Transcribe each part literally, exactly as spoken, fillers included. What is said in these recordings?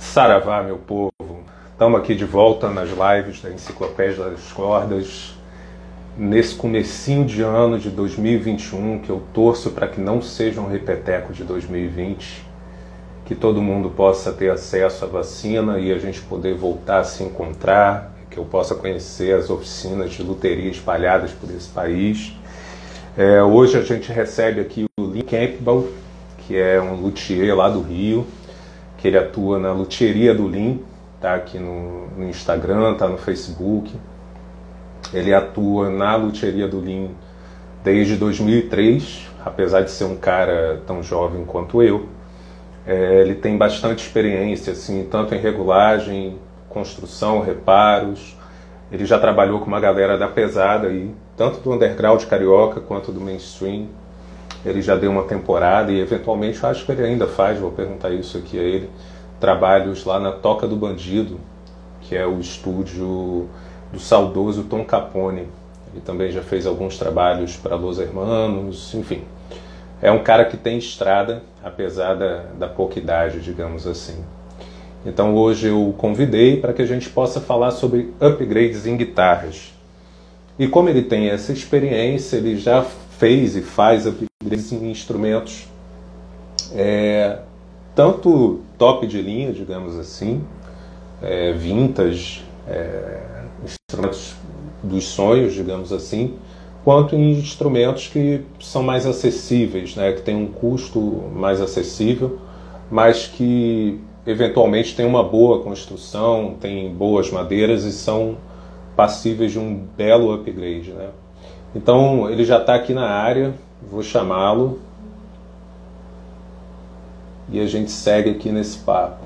Saravá, meu povo. Estamos aqui de volta nas lives da Enciclopédia das Cordas, nesse comecinho de ano de dois mil e vinte e um, que eu torço para que não seja um repeteco de dois mil e vinte, que todo mundo possa ter acesso à vacina e a gente poder voltar a se encontrar, que eu possa conhecer as oficinas de luteria espalhadas por esse país. É, hoje a gente recebe aqui o Lin Campbell, que é um luthier lá do Rio, que ele atua na Luthieria do Lin, tá aqui no, no Instagram, tá no Facebook. Ele atua na Luthieria do Lin desde dois mil e três, apesar de ser um cara tão jovem quanto eu. É, ele tem bastante experiência, assim, tanto em regulagem, construção, reparos. Ele já trabalhou com uma galera da pesada aí, tanto do underground carioca quanto do mainstream. Ele já deu uma temporada e eventualmente eu acho que ele ainda faz, vou perguntar isso aqui a ele, trabalhos lá na Toca do Bandido, que é o estúdio do saudoso Tom Capone. Ele também já fez alguns trabalhos para Los Hermanos, enfim. É um cara que tem estrada, apesar da, da pouca idade, digamos assim. Então hoje eu o convidei para que a gente possa falar sobre upgrades em guitarras. E como ele tem essa experiência, ele já fez e faz upgrades em instrumentos é, tanto top de linha, digamos assim, é, vintage, é, instrumentos dos sonhos, digamos assim, quanto em instrumentos que são mais acessíveis, né, que têm um custo mais acessível, mas que eventualmente têm uma boa construção, têm boas madeiras e são passíveis de um belo upgrade, né? Então ele já está aqui na área, vou chamá-lo e a gente segue aqui nesse papo.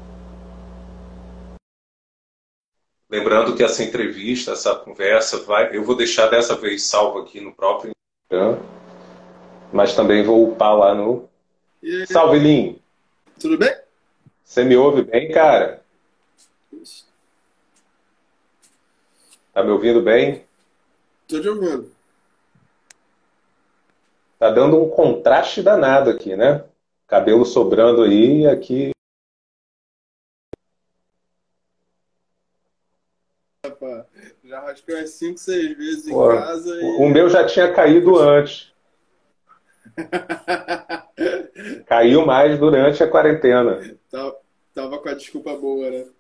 Lembrando que essa entrevista, essa conversa, vai, eu vou deixar dessa vez salvo aqui no próprio Instagram, mas também vou upar lá no... E aí, Salve, Lin! tudo bem? Você me ouve bem, cara? Tá me ouvindo bem? Tô te ouvindo. Tá dando um contraste danado aqui, né? Cabelo sobrando aí, aqui... Rapaz, já raspei umas cinco, seis vezes em Pô, casa o o e. meu já tinha caído antes. Caiu mais durante a quarentena. Tava, tava com a desculpa boa, né?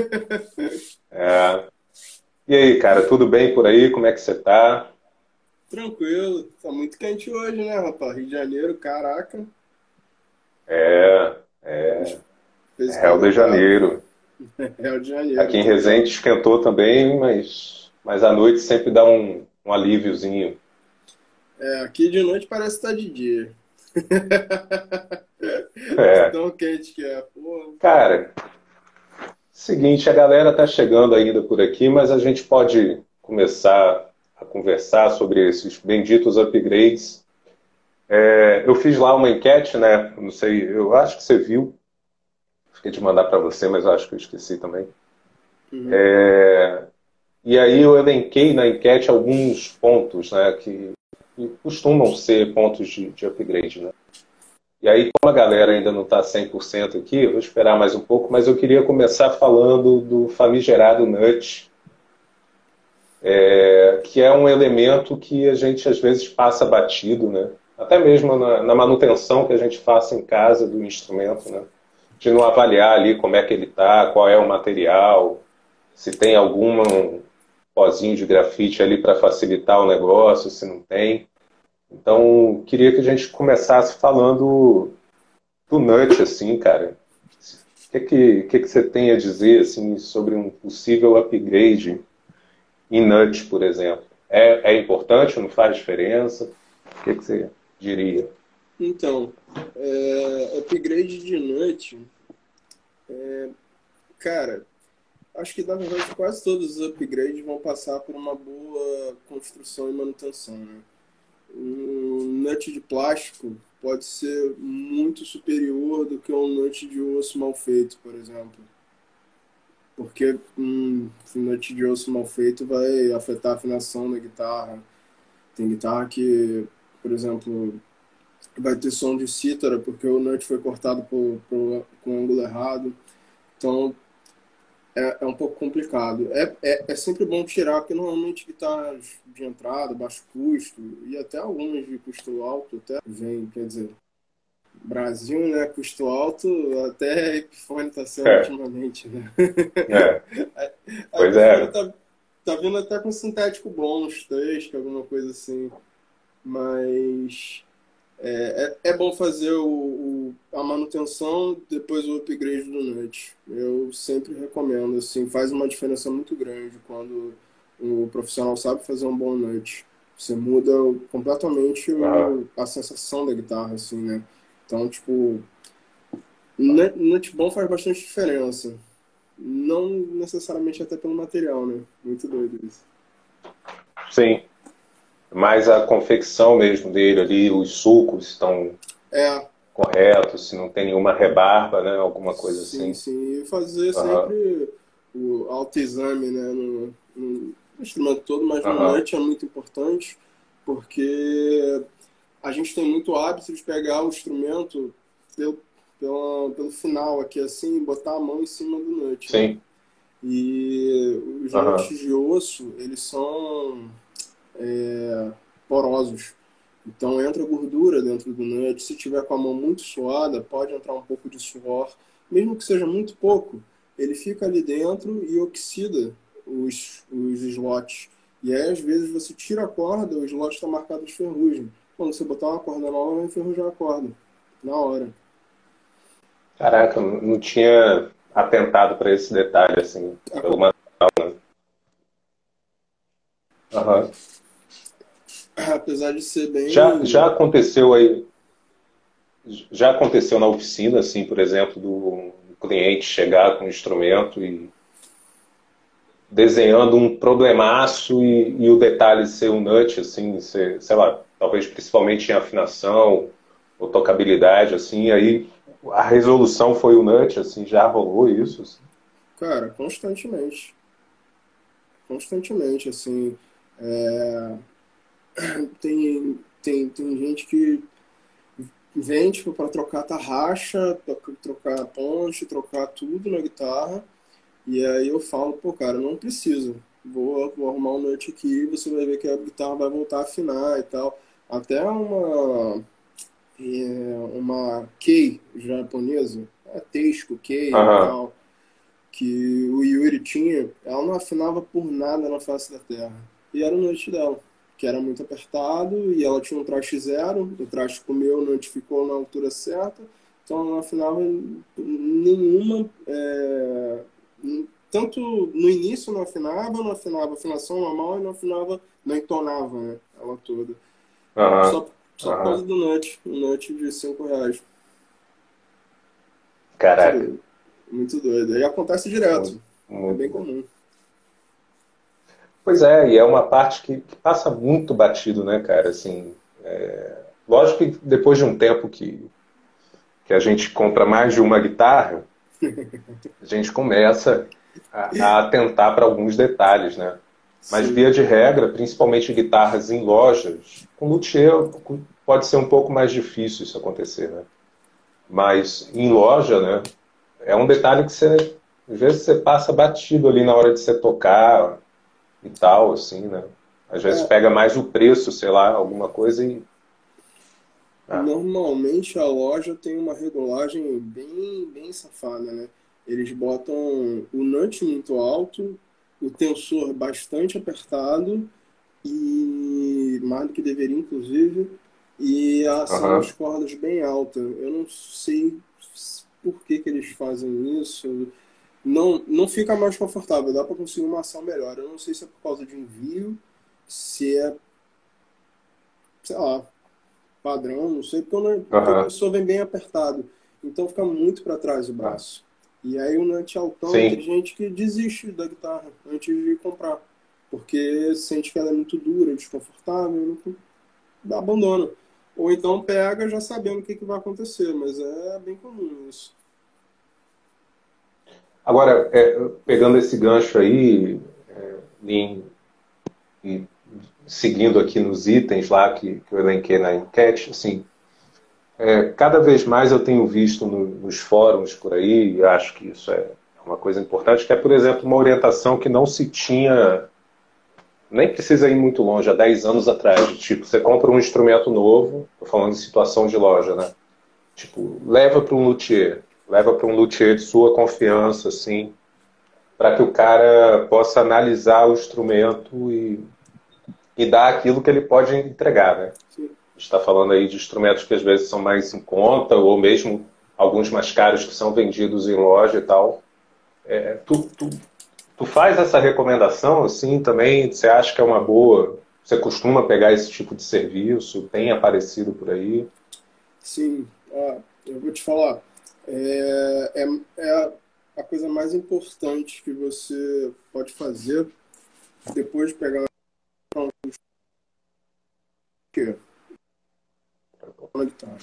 É. E aí, cara, tudo bem por aí? Como é que você tá? Tranquilo. Tá muito quente hoje, né, rapaz? Rio de Janeiro, caraca. É, é, Fez é Rio calor de brabo. Janeiro. Rio de Janeiro, Aqui em Resende total. esquentou também, mas, mas à noite sempre dá um, um alíviozinho. É, aqui de noite parece que tá de dia. De É. tão quente que é. Pô, Cara, seguinte, a galera tá chegando ainda por aqui, mas a gente pode começar a conversar sobre esses benditos upgrades. É, eu fiz lá uma enquete, né? Não sei, eu acho que você viu. Fiquei de mandar para você, mas eu acho que eu esqueci também. uhum. E aí eu elenquei na enquete alguns pontos, né, que, que costumam ser pontos de, de upgrade, né? E aí, como a galera ainda não está cem por cento aqui, eu vou esperar mais um pouco, mas eu queria começar falando do famigerado nut, é, que é um elemento que a gente às vezes passa batido, né? Até mesmo na, na manutenção que a gente faça em casa do instrumento, né? De não avaliar ali como é que ele está, qual é o material, se tem algum pozinho de grafite ali para facilitar o negócio, se não tem. Então, queria que a gente começasse falando do Nut, assim, cara. O que, que, que, que você tem a dizer assim, sobre um possível upgrade em Nut, por exemplo? É, é importante, não faz diferença? O que, que você diria? Então, é, upgrade de noite, cara. Acho que, na verdade, quase todos os upgrades vão passar por uma boa construção e manutenção, né? Um nut de plástico pode ser muito superior do que um nut de osso mal feito, por exemplo. Porque um nut de osso mal feito vai afetar a afinação da guitarra. Tem guitarra que, por exemplo, vai ter som de cítara porque o nut foi cortado por, por, com o ângulo errado. Então, é, é um pouco complicado. É, é, é sempre bom tirar, porque normalmente guitarras de entrada, baixo custo, e até algumas de custo alto, até vem, quer dizer, Brasil, né, custo alto, até a Epiphone está sendo É, ultimamente, né? é, A pois Epiphone é. tá, tá vindo até com sintético bom, uns três, alguma coisa assim. Mas é, é, é bom fazer o, o- a manutenção, depois o upgrade do nut. Eu sempre recomendo, assim, faz uma diferença muito grande quando o profissional sabe fazer um bom nut. Você muda completamente Aham. o, a sensação da guitarra, assim, né? Então, tipo, nut, nut bom faz bastante diferença. Não necessariamente até pelo material, né? Muito doido isso. Sim, mas a confecção mesmo dele ali, os sulcos estão É, corretos, se não tem nenhuma rebarba, né? Alguma coisa sim, assim. sim. E fazer Aham, sempre o autoexame, né? No, no, no instrumento todo, mas no aham, nut é muito importante, porque a gente tem muito hábito de pegar o instrumento pelo, pela, pelo final aqui, assim, e botar a mão em cima do nut, né? sim, E os aham, nuts de osso, eles são porosos. Então entra gordura dentro do nut. Se tiver com a mão muito suada, pode entrar um pouco de suor. Mesmo que seja muito pouco, ele fica ali dentro e oxida os, os slots. E aí, às vezes, você tira a corda, o slot está marcado de ferrugem. Quando você botar uma corda nova, vai enferrujar a corda. Na hora. Caraca, não não tinha atentado para esse detalhe, assim, pelo Aco- manual, né? Aham. Apesar de ser Já, já bem. aconteceu aí, já aconteceu na oficina, assim, por exemplo, do cliente chegar com um instrumento e desenhando um problemaço e, e o detalhe ser um nut, assim, ser, sei lá, talvez principalmente em afinação ou tocabilidade, assim, aí a resolução foi o nut, assim, já rolou isso, assim. Cara, constantemente. Constantemente, assim. É, tem, tem, tem gente que vem, tipo, pra trocar tarraxa, to- trocar ponte, trocar tudo na guitarra. E aí eu falo, pô, cara, não precisa. Vou, vou arrumar um nut aqui, você vai ver que a guitarra vai voltar a afinar e tal. Até uma, é, uma kei japonesa, a Teisco kei e Aham, tal, que o Yuri tinha, ela não afinava por nada na face da terra. E era o nut dela, que era muito apertado, e ela tinha um traste zero, o traste comeu, o nut ficou na altura certa, então ela não afinava nenhuma. É, tanto no início não afinava, não afinava afinação normal e não afinava, não entonava, né, ela toda. aham, Só, só por causa aham. do nut, um nut de cinco reais. Muito Caraca, doido. Muito doido. E acontece muito, direto. É muito bem bom. comum. Pois é, e é uma parte que, que passa muito batido, né, cara, assim, lógico que depois de um tempo que, que a gente compra mais de uma guitarra, a gente começa a, a atentar para alguns detalhes, né? Mas via Sim. de regra, principalmente guitarras em lojas, com luthier pode ser um pouco mais difícil isso acontecer, né? Mas em loja, né, é um detalhe que você, às vezes você passa batido ali na hora de você tocar e tal, assim, né? Às vezes É, pega mais o preço, sei lá, alguma coisa e... Ah, normalmente a loja tem uma regulagem bem, bem safada, né? Eles botam o nut muito alto, o tensor bastante apertado e mais do que deveria, inclusive, e a ação das aham, cordas bem alta. Eu não sei por que que eles fazem isso. Não, não fica mais confortável, dá para conseguir uma ação melhor. Eu não sei se é por causa de envio, se é, sei lá, padrão, não sei, porque o, ne- porque o aham, tensor vem bem apertado. Então fica muito para trás o ah, braço. E aí o nut altão, tem sim, gente que desiste da guitarra antes de comprar. Porque sente que ela é muito dura, desconfortável, não- abandona. Ou então pega já sabendo o que, que vai acontecer, mas é bem comum isso. agora, é, pegando esse gancho aí, em, e seguindo aqui nos itens lá que, que eu elenquei na enquete, assim, é, cada vez mais eu tenho visto no- nos fóruns por aí, e acho que isso é coisa importante, que é, por exemplo, uma orientação que não se tinha, nem precisa ir muito longe, há dez anos atrás. De, tipo, você compra um instrumento novo, tô falando de situação de loja, né? Tipo, leva para um luthier, leva para um luthier de sua confiança, assim, para que o cara possa analisar o instrumento e, e dar aquilo que ele pode entregar, né? Sim. A gente está falando aí de instrumentos que às vezes são mais em conta, ou mesmo alguns mais caros que são vendidos em loja e tal. É, tu, tu, tu faz essa recomendação assim também? Você acha que é uma boa? Você costuma pegar esse tipo de serviço? Tem aparecido por aí? Sim, ó, eu vou te falar. É, é, é a, a coisa mais importante que você pode fazer depois de pegar uma guitarra.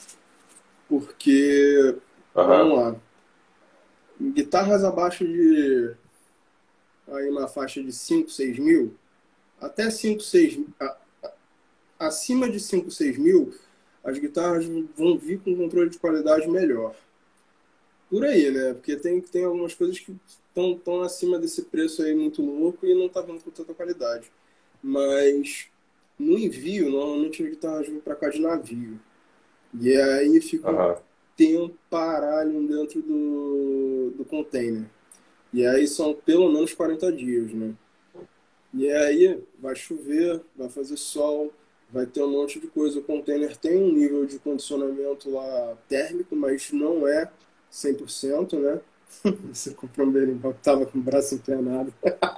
Porque, Aham. vamos lá, guitarras abaixo de, aí uma faixa de cinco seis mil, até cinco seis a- a- acima de cinco seis mil, as guitarras vão vir com controle de qualidade melhor. Por aí, né? Porque tem, tem algumas coisas que estão tão acima desse preço aí muito louco e não tá vindo com tanta qualidade. Mas no envio, normalmente as guitarras vêm para cá de navio. E aí fica um Aham. temparalho dentro do, do container. E aí são pelo menos quarenta dias, né? E aí vai chover, vai fazer sol, vai ter um monte de coisa. O container tem um nível de condicionamento lá térmico, mas não é cem por cento, né? Você comprou um berimbau que tava com o braço empenado.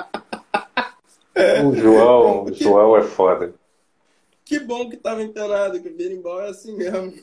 O João, o Que, João é foda. que bom que tava empenado, que o berimbau é assim mesmo.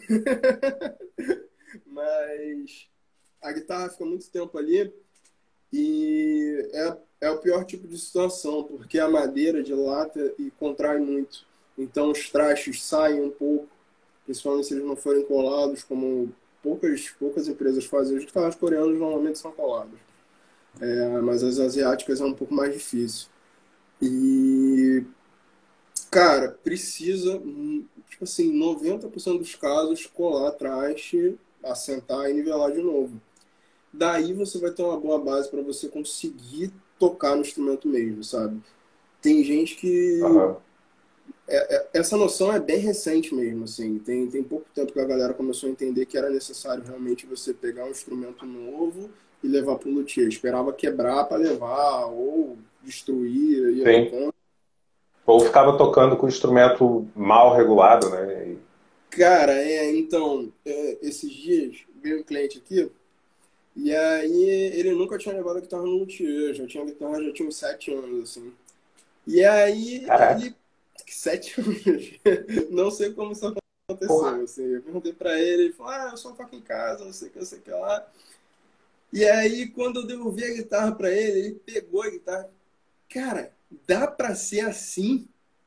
Mas a guitarra fica muito tempo ali e é, é o pior tipo de situação, porque a madeira dilata e contrai muito. Então os trastes saem um pouco, principalmente se eles não forem colados, como poucas, poucas empresas fazem. Os guitarras coreanas normalmente são coladas, é, mas as asiáticas é um pouco mais difícil. E, cara, precisa, hum, tipo assim, noventa por cento dos casos, colar traste, assentar e nivelar de novo. Daí você vai ter uma boa base para você conseguir tocar no instrumento mesmo, sabe? Tem gente que... Aham. é- é- essa noção é bem recente mesmo, assim. Tem, tem pouco tempo que a galera começou a entender que era necessário realmente você pegar um instrumento novo e levar pro luthier. Esperava quebrar para levar, ou destruir, ia Sim. tocando. Ou ficava tocando com o instrumento mal regulado, né? E- Cara, é, então, é, esses dias veio um cliente aqui, e aí ele nunca tinha levado a guitarra no luthier, já tinha guitarra, já tinha uns sete anos, assim. E aí Caraca, ele... Sete anos. Não sei como isso porra. aconteceu, assim. Eu perguntei pra ele, ele falou, ah, eu só toco em casa, não sei o que, eu sei o que lá. E aí, quando eu devolvi a guitarra pra ele, ele pegou a guitarra. Cara, dá pra ser assim?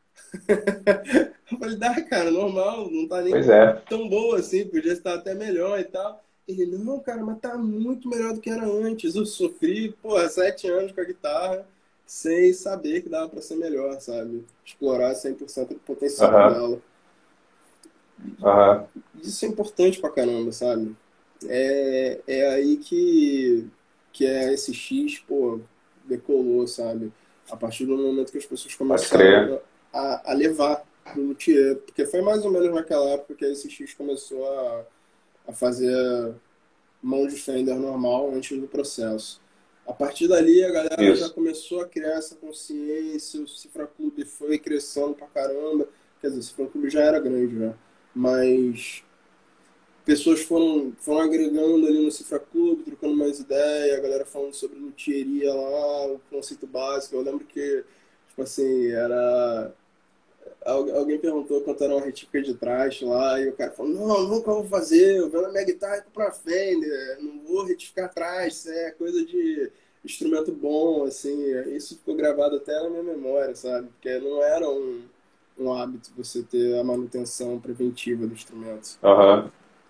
Eu falei, dá, cara, normal, não tá nem Pois é. tão boa assim, podia estar até melhor e tal. Ele, não, cara, mas tá muito melhor do que era antes. Eu sofri, pô, sete anos com a guitarra, sem saber que dava pra ser melhor, sabe? Explorar cem por cento do potencial Aham. dela. Aham. Isso é importante pra caramba, sabe? É, é aí que, que é esse X, pô, decolou, sabe? A partir do momento que as pessoas Pode crer. começaram a, a levar pro luthier. Porque foi mais ou menos naquela época que a esse X começou a, a fazer mão de fender normal antes do processo. A partir dali, a galera já Isso. começou a criar essa consciência, o Cifra Clube foi crescendo pra caramba. Quer dizer, o Cifra Clube já era grande, né? Mas pessoas foram, foram agregando ali no Cifra Clube, trocando mais ideia, a galera falando sobre luthieria lá, o conceito básico. Eu lembro que, tipo assim, era... Alguém perguntou quanto era uma retífica de traste lá, e o cara falou, não, nunca vou fazer, eu vendo a minha guitarra e compro uma Fender, não vou retificar traste, isso é coisa de instrumento bom, assim. Isso ficou gravado até na minha memória, sabe? Porque não era um, um hábito você ter a manutenção preventiva do instrumento. Aham.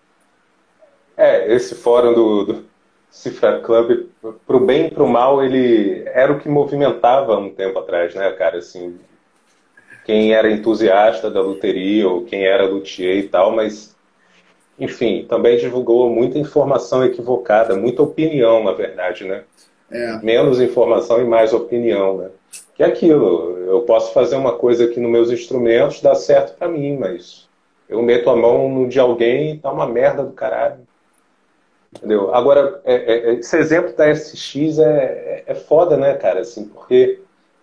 É, esse fórum do, do Cifra Club, pro bem e pro mal, ele era o que movimentava um tempo atrás, né, cara? Assim, quem era entusiasta da luteria ou quem era luthier e tal, mas, enfim, também divulgou muita informação equivocada, muita opinião, na verdade, né? É, Menos informação e mais opinião, né? Que é aquilo, eu posso fazer uma coisa aqui nos meus instrumentos, dá certo pra mim, mas eu meto a mão no de alguém e tá uma merda do caralho. Entendeu? Agora, é- é- é- esse exemplo da S X é, é, é foda, né, cara? Assim, porque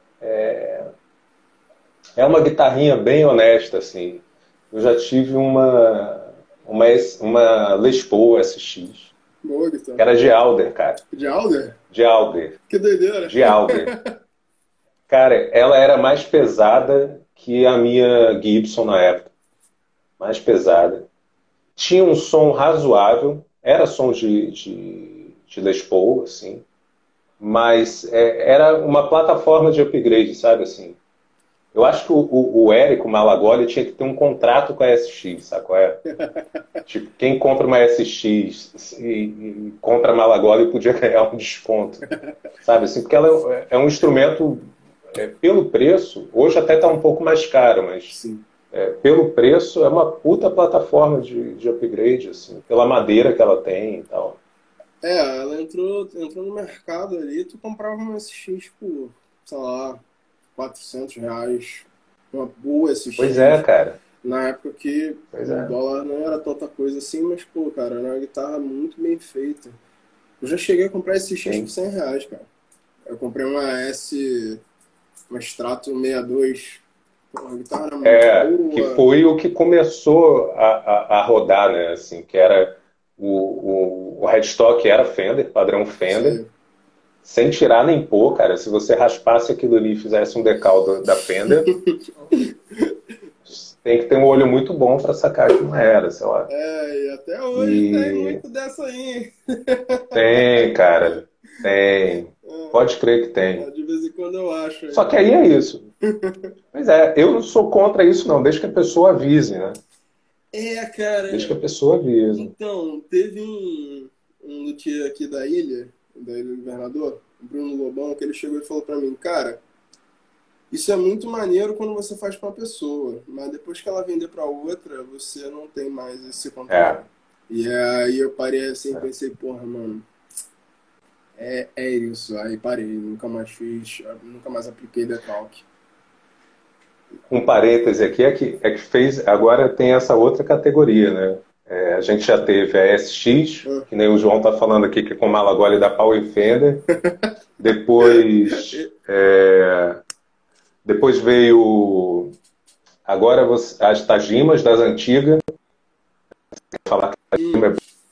é uma guitarrinha bem honesta, assim. Eu já tive uma, uma, S- uma Les Paul S X, boa que guitarra. era de Alder, cara. De Alder? De Alder. Que doideira. De Alder. Cara, ela era mais pesada que a minha Gibson na época. Mais pesada. Tinha um som razoável. Era som de, de, de Les Paul, assim. Mas é, era uma plataforma de upgrade, sabe, assim. Eu acho que o, o, o Érico Malagoli tinha que ter um contrato com a S X, sabe qual é? Tipo, quem compra uma S X e, e compra a Malagoli podia ganhar um desconto, sabe, assim, porque ela é, é um instrumento, é, pelo preço, hoje até está um pouco mais caro, mas Sim. é, pelo preço é uma puta plataforma de, de upgrade, assim, pela madeira que ela tem e tal. É, ela entrou, entrou no mercado ali, tu comprava uma S X por, sei lá, quatrocentos reais. Uma boa Pois é, S X. cara, Na época que pois o é. dólar não era tanta coisa assim, mas, pô, cara, era uma guitarra muito bem feita. Eu já cheguei a comprar S X por Sim. cem reais, cara. Eu comprei uma S, uma Strato sessenta e dois. Pô, a guitarra era muito É, que boa. foi o que começou a, a, a rodar, né? Assim, que era o, o, o headstock era Fender, padrão Isso Fender, aí. sem tirar nem pôr, cara. Se você raspasse aquilo ali e fizesse um decal do- da Fender, tem que ter um olho muito bom para sacar que não era, sei lá. É, e até hoje tem E muito dessa aí. tem, cara, tem. Pode crer que É, tem. de vez em quando eu acho Só aí. que aí é isso. Pois é, eu não sou contra isso, não, desde que a pessoa avise, né? É, Desde que a cara. pessoa avise. Então, teve um, um luthier aqui da ilha, da Ilha do Governador, o Bruno Lobão, que ele chegou e falou pra mim, cara, isso é muito maneiro quando você faz pra uma pessoa, mas depois que ela vender pra outra, você não tem mais esse controle. É. E aí eu parei assim e É. pensei, porra, mano, é, é isso. Aí parei, nunca mais fiz, nunca mais apliquei decalque. Um parêntese aqui é que, é que fez, agora tem essa outra categoria, né? É, a gente já teve a S X, Ah. que nem o João tá falando aqui, que é com Malagoli da Power Fender. Depois, é, depois veio agora você- as Tajimas das antigas, falar que Hum,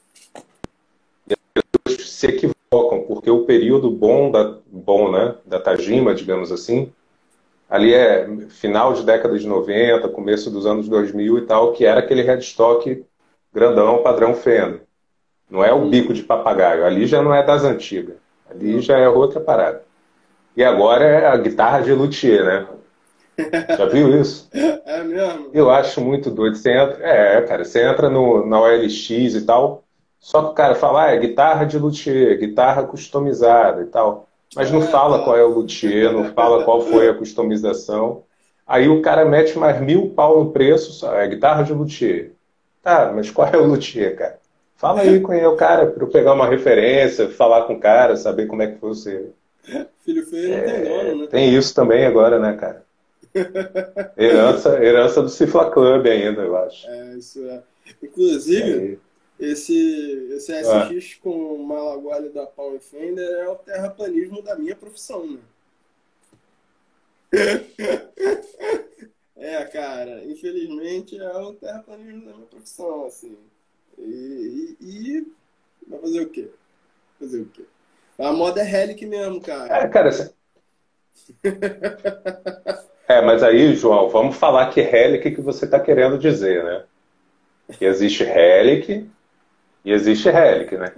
se equivocam, porque o período bom da, bom, né, da Tajima, digamos assim, ali é final de década de noventa, começo dos anos dois mil e tal, que era aquele headstock grandão, padrão Fender. Não é o bico uhum, de papagaio, ali já não é das antigas. Ali não. já é outra parada. E agora é a guitarra de luthier, né? Já viu isso? É mesmo? Eu acho muito doido. Você entra, é, cara, você entra no, na O L X e tal, só que o cara fala, ah, é guitarra de luthier, guitarra customizada e tal. Mas não Ah, fala qual tá. é o luthier, não fala qual foi a customização. Aí o cara mete mais mil pau no preço, só, é guitarra de luthier. Tá, mas qual é o luthier, cara? Fala aí com o cara, para eu pegar uma referência, falar com o cara, saber como é que foi você. Filho feio não tem dono, É, né? tem isso também agora, né, cara? Herança, herança do Cifla Club ainda, eu acho. É, isso é. E Inclusive, aí? esse, esse Ah, S X com o Malagualho da Power Fender é o terraplanismo da minha profissão, né? É, cara, infelizmente é o terraplanismo da minha profissão, assim. E, e, e vai fazer o quê? Fazer o quê? A moda é Helic mesmo, cara. é, cara, assim, é, mas aí, João, vamos falar que Helic que você está querendo dizer, né? Que existe Helic e existe Helic, né?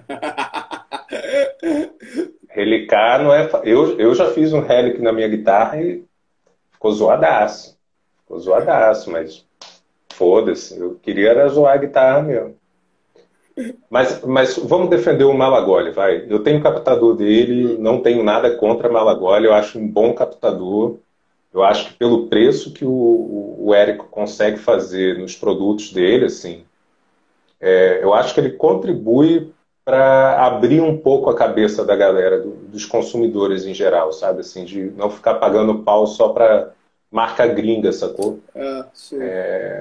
Relicar não é. fa- Eu, eu já fiz um Helic na minha guitarra e ficou zoadaço. Ficou zoadaço, mas foda-se. Eu queria era zoar a guitarra mesmo. Mas, mas vamos defender o Malagoli, vai. Eu tenho captador dele, Hum, não tenho nada contra Malagoli, eu acho um bom captador. Eu acho que pelo preço que o, o, o Érico consegue fazer nos produtos dele, assim, é, eu acho que ele contribui. para abrir um pouco a cabeça da galera, do- dos consumidores em geral, sabe? Assim, de não ficar pagando pau só para marca gringa, sacou? É, sim.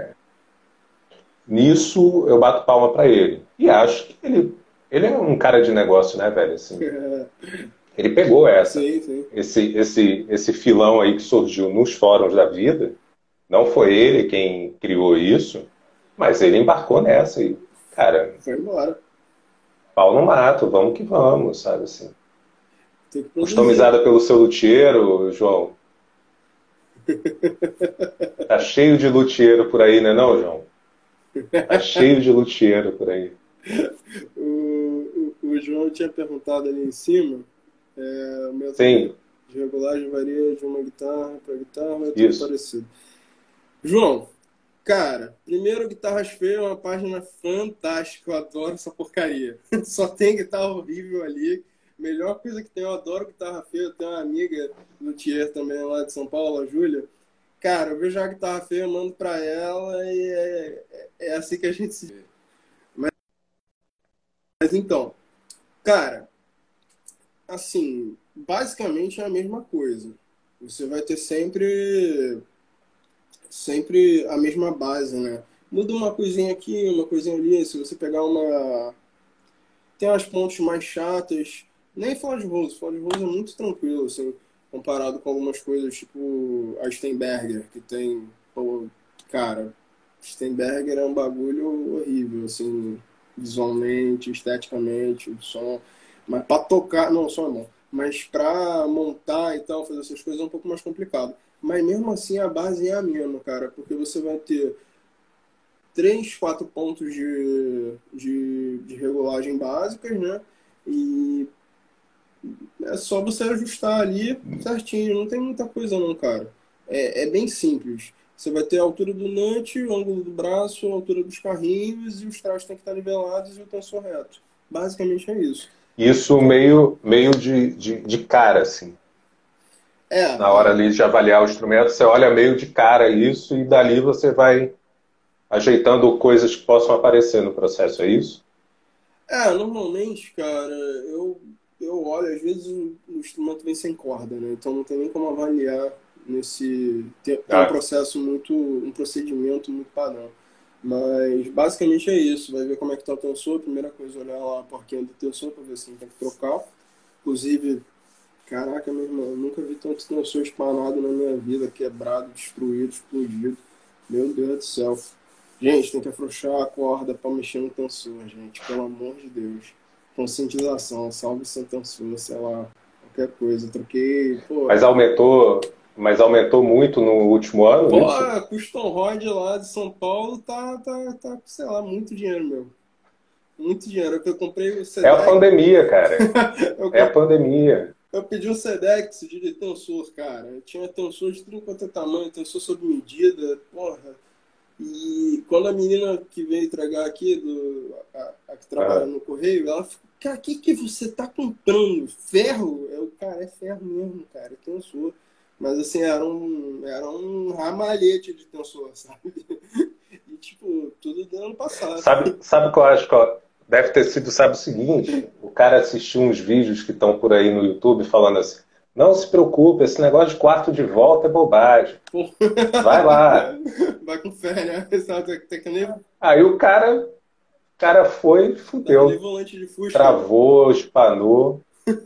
Nisso eu bato palma para ele. E acho que ele, ele é um cara de negócio, né, velho? Assim, ele pegou essa. Sim, sim. Esse, esse, esse filão aí que surgiu nos fóruns da vida, não foi ele quem criou isso, mas ele embarcou nessa e, cara, Foi embora. pau no mato, vamos que vamos, sabe assim. Tem que produzir. Customizada pelo seu luthiero, João. Tá cheio de luthiero por aí, né não, João? Tá cheio de luthiero por aí. O, o, o João tinha perguntado ali em cima, é, o método Sim, de regulagem varia de uma guitarra para guitarra, é tudo isso. parecido. João, cara, primeiro Guitarras Feias é uma página fantástica, eu adoro essa porcaria. Só tem guitarra horrível ali. Melhor coisa que tem, eu adoro guitarra feia. Eu tenho uma amiga luthier também lá de São Paulo, a Júlia. Cara, eu vejo a guitarra feia, eu mando pra ela e é, é, é assim que a gente se vê. Mas, mas então, cara, assim, basicamente é a mesma coisa. Você vai ter sempre sempre a mesma base, né? Muda uma coisinha aqui, uma coisinha ali. Se você pegar uma. Tem umas pontes mais chatas. Nem Ford Rose. Ford Rose é muito tranquilo, assim, comparado com algumas coisas tipo a Steinberger, que tem. Pô, cara, Steinberger é um bagulho horrível, assim, visualmente, esteticamente, o som. Mas pra tocar. Não, o som é bom. Mas pra montar e tal, fazer essas coisas é um pouco mais complicado. Mas mesmo assim a base é a mesma, cara, porque você vai ter três, quatro pontos de, de, de regulagem básicas, né? E é só você ajustar ali certinho, não tem muita coisa não, cara. É, é bem simples. Você vai ter a altura do nut, o ângulo do braço, a altura dos carrinhos e os trastes têm que estar nivelados e o tensor reto. Basicamente é isso. Isso Então, meio, meio de, de, de cara, assim. é, Na hora é, ali de avaliar o instrumento, você olha meio de cara isso e dali você vai ajeitando coisas que possam aparecer no processo, é isso? É, normalmente, cara, eu, eu olho, às vezes o, o instrumento vem sem corda, né? Então não tem nem como avaliar nesse. Tem, tem um Ah, processo muito. Um procedimento muito padrão. Mas basicamente é isso. Vai ver como é que tá o tensor. Primeira coisa, olhar lá a porquinha do tensor pra ver se não tem que trocar. Inclusive, caraca, meu irmão, eu nunca vi tanto tensor espanado na minha vida, quebrado, destruído, explodido. Meu Deus do céu. Gente, tem que afrouxar a corda para mexer no tensor, gente. Pelo amor de Deus. Conscientização, salve seu tensor, sei lá, qualquer coisa. Eu troquei, pô. mas aumentou, mas aumentou muito no último ano Pô, isso? a Custom Rod lá de São Paulo tá, tá, tá, sei lá, muito dinheiro, meu. Muito dinheiro. Eu comprei o É a Sedex. pandemia, cara. eu, É a pandemia. eu pedi um Sedex de tensor, cara. Eu tinha tensor de tudo quanto é tamanho, tensor sob medida, porra. E quando a menina que veio entregar aqui, do, a, a que trabalha Ah, no correio, ela ficou, cara, o que, que você tá comprando? Ferro? Eu, cara, é ferro mesmo, cara, é tensor. Mas assim, era um, era um ramalhete de tensor, sabe? E tipo, tudo do ano passado. sabe, sabe o que eu acho que ó, deve ter sido, sabe o seguinte? O cara assistiu uns vídeos que estão por aí no YouTube falando assim, não se preocupe, esse negócio de quarto de volta é bobagem. Pô. Vai lá. Vai com fé, né? Exato, tem que nem, Aí o cara, o cara foi, dá que nem fudeu. volante de Fusca, né? Travou, espanou.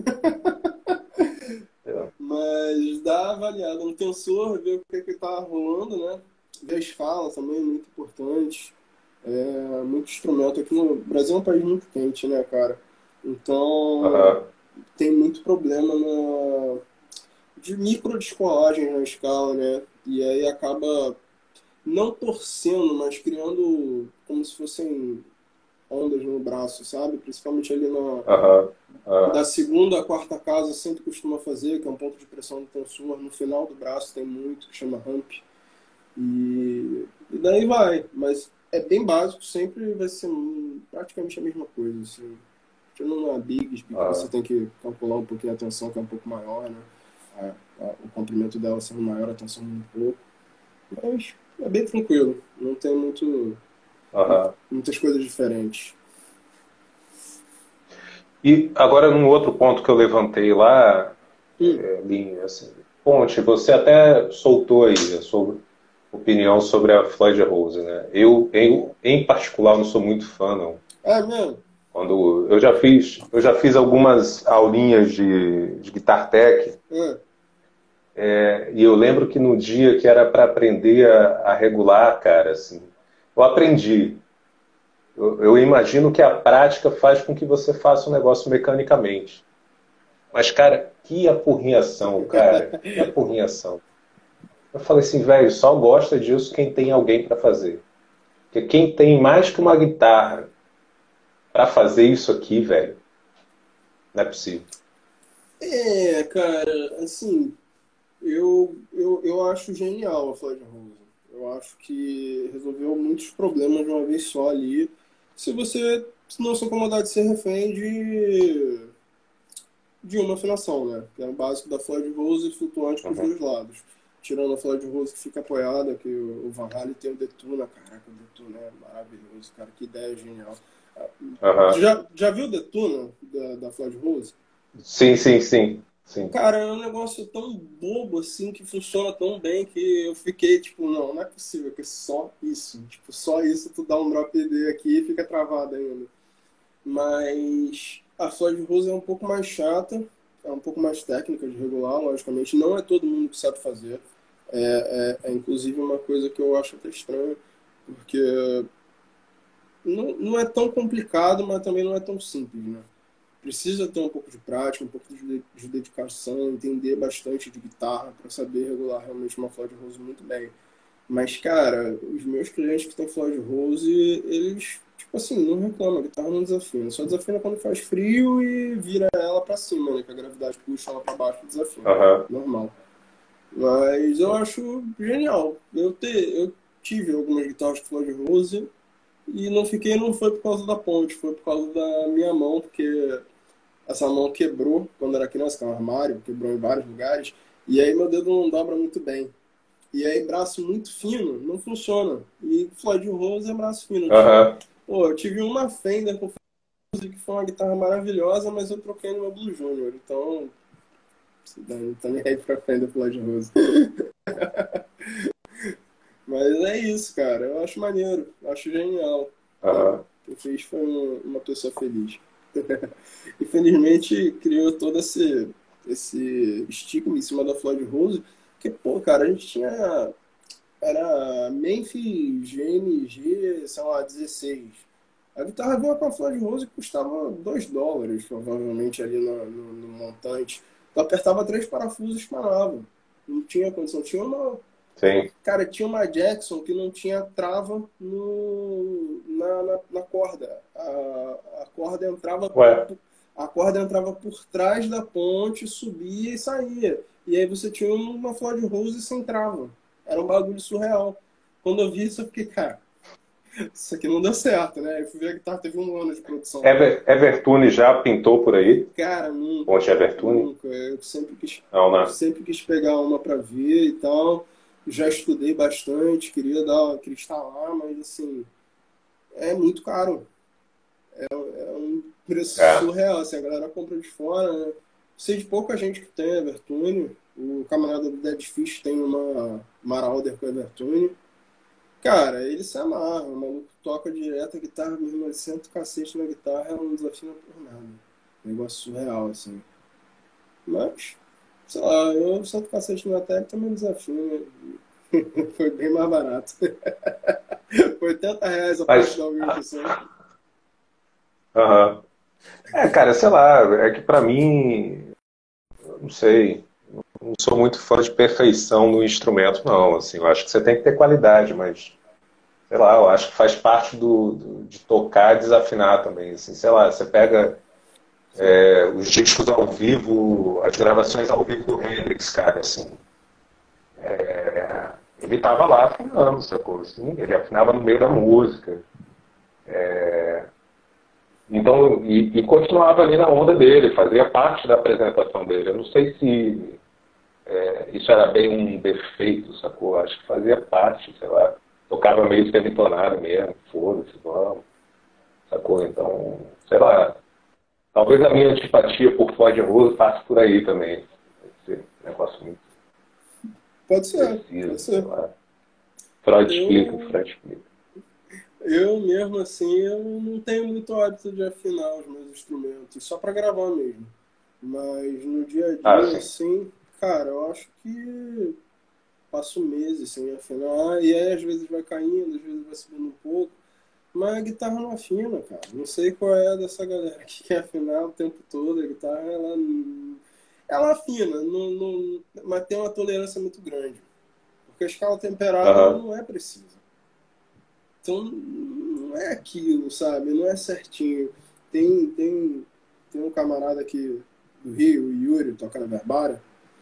Mas dá avaliada no tensor, ver o que que tá rolando, né? Ver a escala também, muito importante. É, muito instrumento. Aqui no Brasil é um país muito quente, né, cara? Então Aham. tem muito problema na, de micro descolagem na escala, né? E aí acaba não torcendo, mas criando como se fossem ondas no braço, sabe? Principalmente ali na, Aham. da Aham. segunda à quarta casa sempre costuma fazer, que é um ponto de pressão do tensor. No final do braço tem muito, que chama ramp. E, e daí vai. Mas é bem básico, sempre vai ser praticamente a mesma coisa. Assim. Tirando uma bigs, que você Aham. tem que calcular um pouquinho a tensão, que é um pouco maior, né? A, a, o comprimento dela sendo maior, a tensão um pouco. Mas é bem tranquilo. Não tem muito, Aham. muitas coisas diferentes. E agora, num outro ponto que eu levantei lá, Hum. é, Linho, assim, Ponte, você até soltou aí a sua opinião sobre a Floyd Rose, né? Eu, em, em particular, não sou muito fã, não. É mesmo? Quando eu já fiz, eu já fiz algumas aulinhas de, de guitar tech, É. é, e eu lembro que no dia que era para aprender a, a regular, cara, assim, eu aprendi. Eu, eu imagino que a prática faz com que você faça o negócio mecanicamente. Mas, cara, que apurrinhação, cara, que apurrinhação. Eu falei assim, velho, só gosta disso quem tem alguém para fazer. Porque quem tem mais que uma guitarra para fazer isso aqui, velho, não é possível. É, cara, assim, eu, eu, eu acho genial a Floyd Rose. Eu acho que resolveu muitos problemas de uma vez só ali. Se você não se incomodar de ser refém de, de uma afinação, né? Que é o básico da Floyd Rose flutuante para os Uhum. dois lados. Tirando a Floyd Rose que fica apoiada, que o, o Van Halen tem o Detuna. Caraca, o Detuna é maravilhoso, cara. Que ideia genial. Aham. Já, já viu o Detuna da, da Floyd Rose? Sim, sim, sim, sim. Cara, é um negócio tão bobo assim, que funciona tão bem que eu fiquei tipo, não, não é possível que é só isso. Tipo, só isso tu dá um drop D aqui e fica travado ainda. Mas a Floyd Rose é um pouco mais chata, é um pouco mais técnica de regular, logicamente. Não é todo mundo que sabe fazer. É, é, é inclusive uma coisa que eu acho até estranho, porque não, não é tão complicado, mas também não é tão simples, né? Precisa ter um pouco de prática, um pouco de, de dedicação, entender bastante de guitarra para saber regular realmente uma Floyd Rose muito bem. Mas, cara, os meus clientes que têm Floyd Rose, eles, tipo assim, não reclamam, a guitarra não desafina. Só desafina quando faz frio e vira ela para cima, né? Que a gravidade puxa ela para baixo e desafina. Aham. Normal. Mas eu acho genial. Eu, te, eu tive algumas guitarras de Floyd Rose e não fiquei, não foi por causa da ponte, foi por causa da minha mão, porque essa mão quebrou quando era criança, que é um armário, quebrou em vários lugares. E aí meu dedo não dobra muito bem. E aí braço muito fino não funciona. E Floyd Rose é braço fino. Aham. Pô, eu tive uma Fender com Rose que foi uma guitarra maravilhosa, mas eu troquei no meu Blue Junior. Então, não tá nem aí pra Fender Floyd Rose. Mas é isso, cara. Eu acho maneiro. Eu acho genial. Né? Aham. Quem fez foi um- uma pessoa feliz. Infelizmente criou todo esse, esse estigma em cima da Floyd Rose, que, pô, cara, a gente tinha. Era Memphis G M G, sei lá, dezesseis. A guitarra veio com a Floyd Rose que custava dois dólares, provavelmente, ali no, no, no montante. Tu apertava três parafusos e parava. Não tinha condição. Tinha uma, Sim. cara, tinha uma Jackson que não tinha trava no, na, na, na corda. A, a corda entrava Ué. a corda entrava por trás da ponte, subia e saía. E aí você tinha uma Floyd Rose sem trava. Era um bagulho surreal. Quando eu vi isso, eu fiquei, cara, isso aqui não deu certo, né? Eu fui ver a guitarra, teve um ano de produção. Ever, Evertune já pintou por aí? Cara, nunca. Ponte Evertune? Nunca. Eu sempre quis, Não, eu né? sempre quis pegar uma pra ver e tal. Já estudei bastante, queria dar, queria instalar, mas assim, é muito caro. É um preço É. surreal, assim, a galera compra de fora, né? Sei de pouca gente que tem Evertune. O camarada do Dead Fish tem uma Marauder com Evertune. Cara, ele se amarra, o maluco toca direto a guitarra mesmo, ele senta o cacete na guitarra, ela não desafina por nada. Negócio surreal, assim. Mas, sei lá, eu sento o cacete na tech também desafio, né? Foi bem mais barato. Foi oitenta reais a parte Mas, da Will que aham. É, cara, sei lá, é que pra mim, eu não sei, não sou muito fã de perfeição no instrumento, não. Assim, eu acho que você tem que ter qualidade, mas sei lá, eu acho que faz parte do, do- de tocar e desafinar também. Assim, sei lá, você pega é, os discos ao vivo, as gravações ao vivo do Hendrix, cara, assim, ele tava lá afinando, sacou? Assim, ele afinava no meio da música. Então, e, e continuava ali na onda dele, fazia parte da apresentação dele. Eu não sei se é, isso era bem um defeito, sacou? Acho que fazia parte, sei lá. Tocava meio semitonado mesmo, foda-se, vamos, sacou? Então, sei lá. Talvez a minha antipatia por Floyd Rose passe por aí também. Pode ser um negócio muito Pode ser, preciso, pode sei ser. lá. Freud Eu, explica, Freud explica. eu mesmo, assim, eu não tenho muito hábito de afinar os meus instrumentos, só pra gravar mesmo. Mas no dia a Ah, dia, sim. assim, cara, eu acho que passo meses sem afinar, e aí às vezes vai caindo, às vezes vai subindo um pouco. Mas a guitarra não afina, cara. Não sei qual é dessa galera que quer afinar o tempo todo. A guitarra, ela, não- ela afina, não, não- mas tem uma tolerância muito grande. Porque a escala temperada ela Aham. não é precisa. Então, não é aquilo, sabe? Não é certinho. Tem, tem, tem um camarada aqui do Rio, o Yuri, toca na Verbara.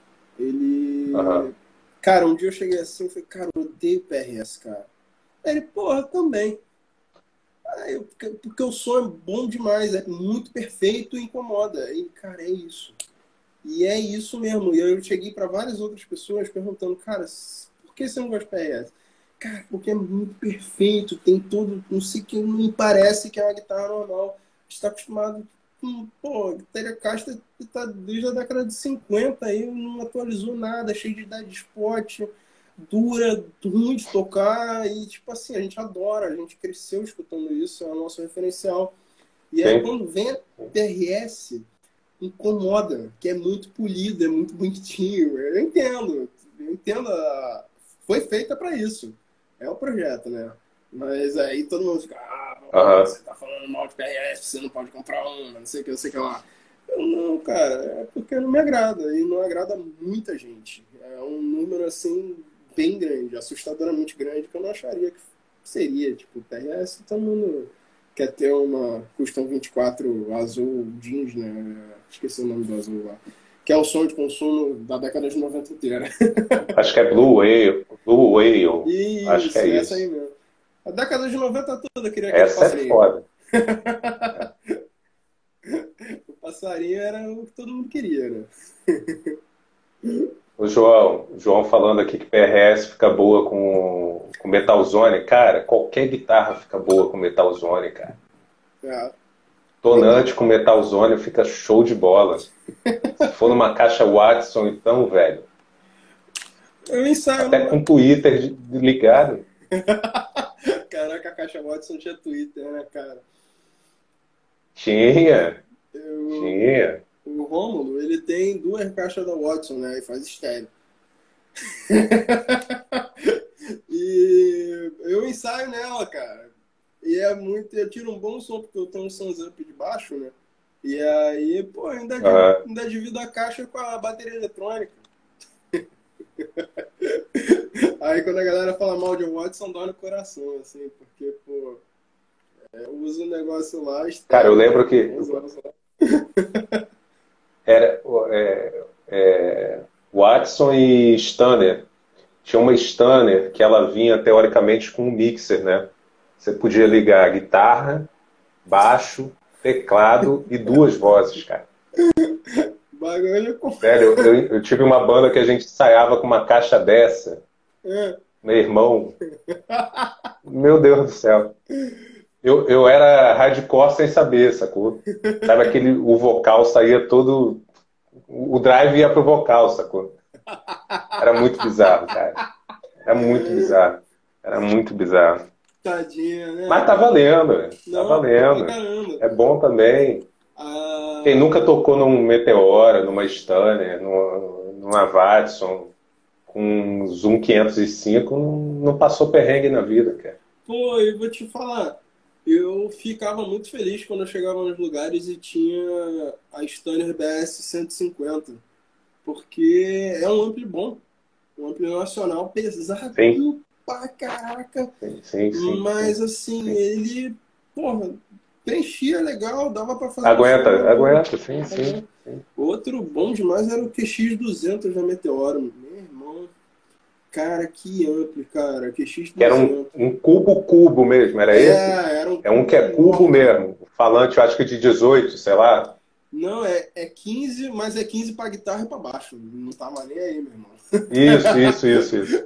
Ele... Aham. Cara, um dia eu cheguei assim e falei, cara, eu odeio P R S, cara. Aí ele, porra, também. Aí eu, porque, porque o som é bom demais, é muito perfeito e incomoda. E, cara, é isso. E é isso mesmo. E eu cheguei para várias outras pessoas perguntando, cara, por que você não gosta de P R S? Cara, porque é muito perfeito, tem tudo, não sei que, não me parece que é uma guitarra normal. A gente está acostumado com, pô, a Telecaster tá desde a década de cinquenta aí, não atualizou nada, cheio de dead spot, dura, ruim de tocar, e tipo assim, a gente adora, a gente cresceu escutando isso, é o nosso referencial. E aí Sim. quando vem a P R S, incomoda, que é muito polido, é muito bonitinho. Eu entendo, eu entendo. A... Foi feita para isso. É o projeto, né? Mas aí todo mundo fica, ah, Aham. você tá falando mal de P R S, você não pode comprar uma, não sei o que, não sei o que lá. Eu não, cara, é porque não me agrada e não agrada muita gente. É um número assim bem grande, assustadoramente grande, que eu não acharia que seria. Tipo, P R S, todo mundo quer ter uma Custom vinte e quatro azul jeans, né? Esqueci o nome do azul lá. Que é o som de consumo da década de noventa inteira. Acho que é Blue Whale. Blue Whale. Acho que é Isso, essa aí isso. mesmo. A década de noventa toda queria aquele Essa é passarinho. foda. O passarinho era o que todo mundo queria, né? O João, o João falando aqui que P R S fica boa com, com Metalzone. Cara, qualquer guitarra fica boa com Metalzone, cara. É, Tonante verdade. com Metalzone fica show de bola. Se for numa caixa Watson, então, velho, Eu ensaio até numa. com Twitter de- ligado. Caraca, a Caixa Watson tinha Twitter, né, cara? Tinha, Eu... tinha. O Rômulo, ele tem duas caixas da Watson, né? E faz estéreo. E eu ensaio nela, cara. E é muito. Eu tiro um bom som, porque eu tenho um Suns Up de baixo, né? E aí, pô, ainda, divi- Aham. ainda divido a caixa com a bateria eletrônica. Aí quando a galera fala mal de Watson, dói no coração, assim, porque, pô, eu uso o negócio lá, Cara, eu estéreo, lembro que bons anos lá. era é, é, Watson e Stanner. Tinha uma Stanner que ela vinha teoricamente com um mixer, né? Você podia ligar guitarra, baixo, teclado e duas vozes, cara. Bagulho com. Sério, eu, eu tive uma banda que a gente ensaiava com uma caixa dessa. É. Meu irmão, meu Deus do céu. Eu, eu era hardcore sem saber, sacou? Sabe aquele, o vocal saía todo, o drive ia pro vocal, sacou? Era muito bizarro, cara. Era muito bizarro. Era muito bizarro. Tadinha, Mas né? tá valendo, velho. Tá Não, pô, pra valendo. caramba. É bom também. Quem Ah, nunca tocou num Meteora, numa Stanner, numa, numa Watson, com um Zoom quinhentos e cinco, não, não passou perrengue na vida, cara. pô, eu vou te falar. Eu ficava muito feliz quando eu chegava nos lugares e tinha a Stanner B S cento e cinquenta. Porque é um ampli bom. Um ampli nacional pesado Sim, pra caraca. sim, sim, sim, sim, Mas assim, sim. ele, porra, preenchia legal, dava pra fazer um Aguenta, som. aguenta, sim, sim, sim. Outro bom demais era o Q X duzentos da Meteoro. Meu irmão, cara, que ampli, cara, Que era um, Q X duzentos. um cubo-cubo mesmo, era esse? É, era um É um cubo que é cubo enorme. mesmo. Falante, eu acho que de dezoito, sei lá. Não, é, é quinze, mas é quinze pra guitarra e pra baixo. Não tava nem aí, meu irmão. Isso, isso, isso, isso.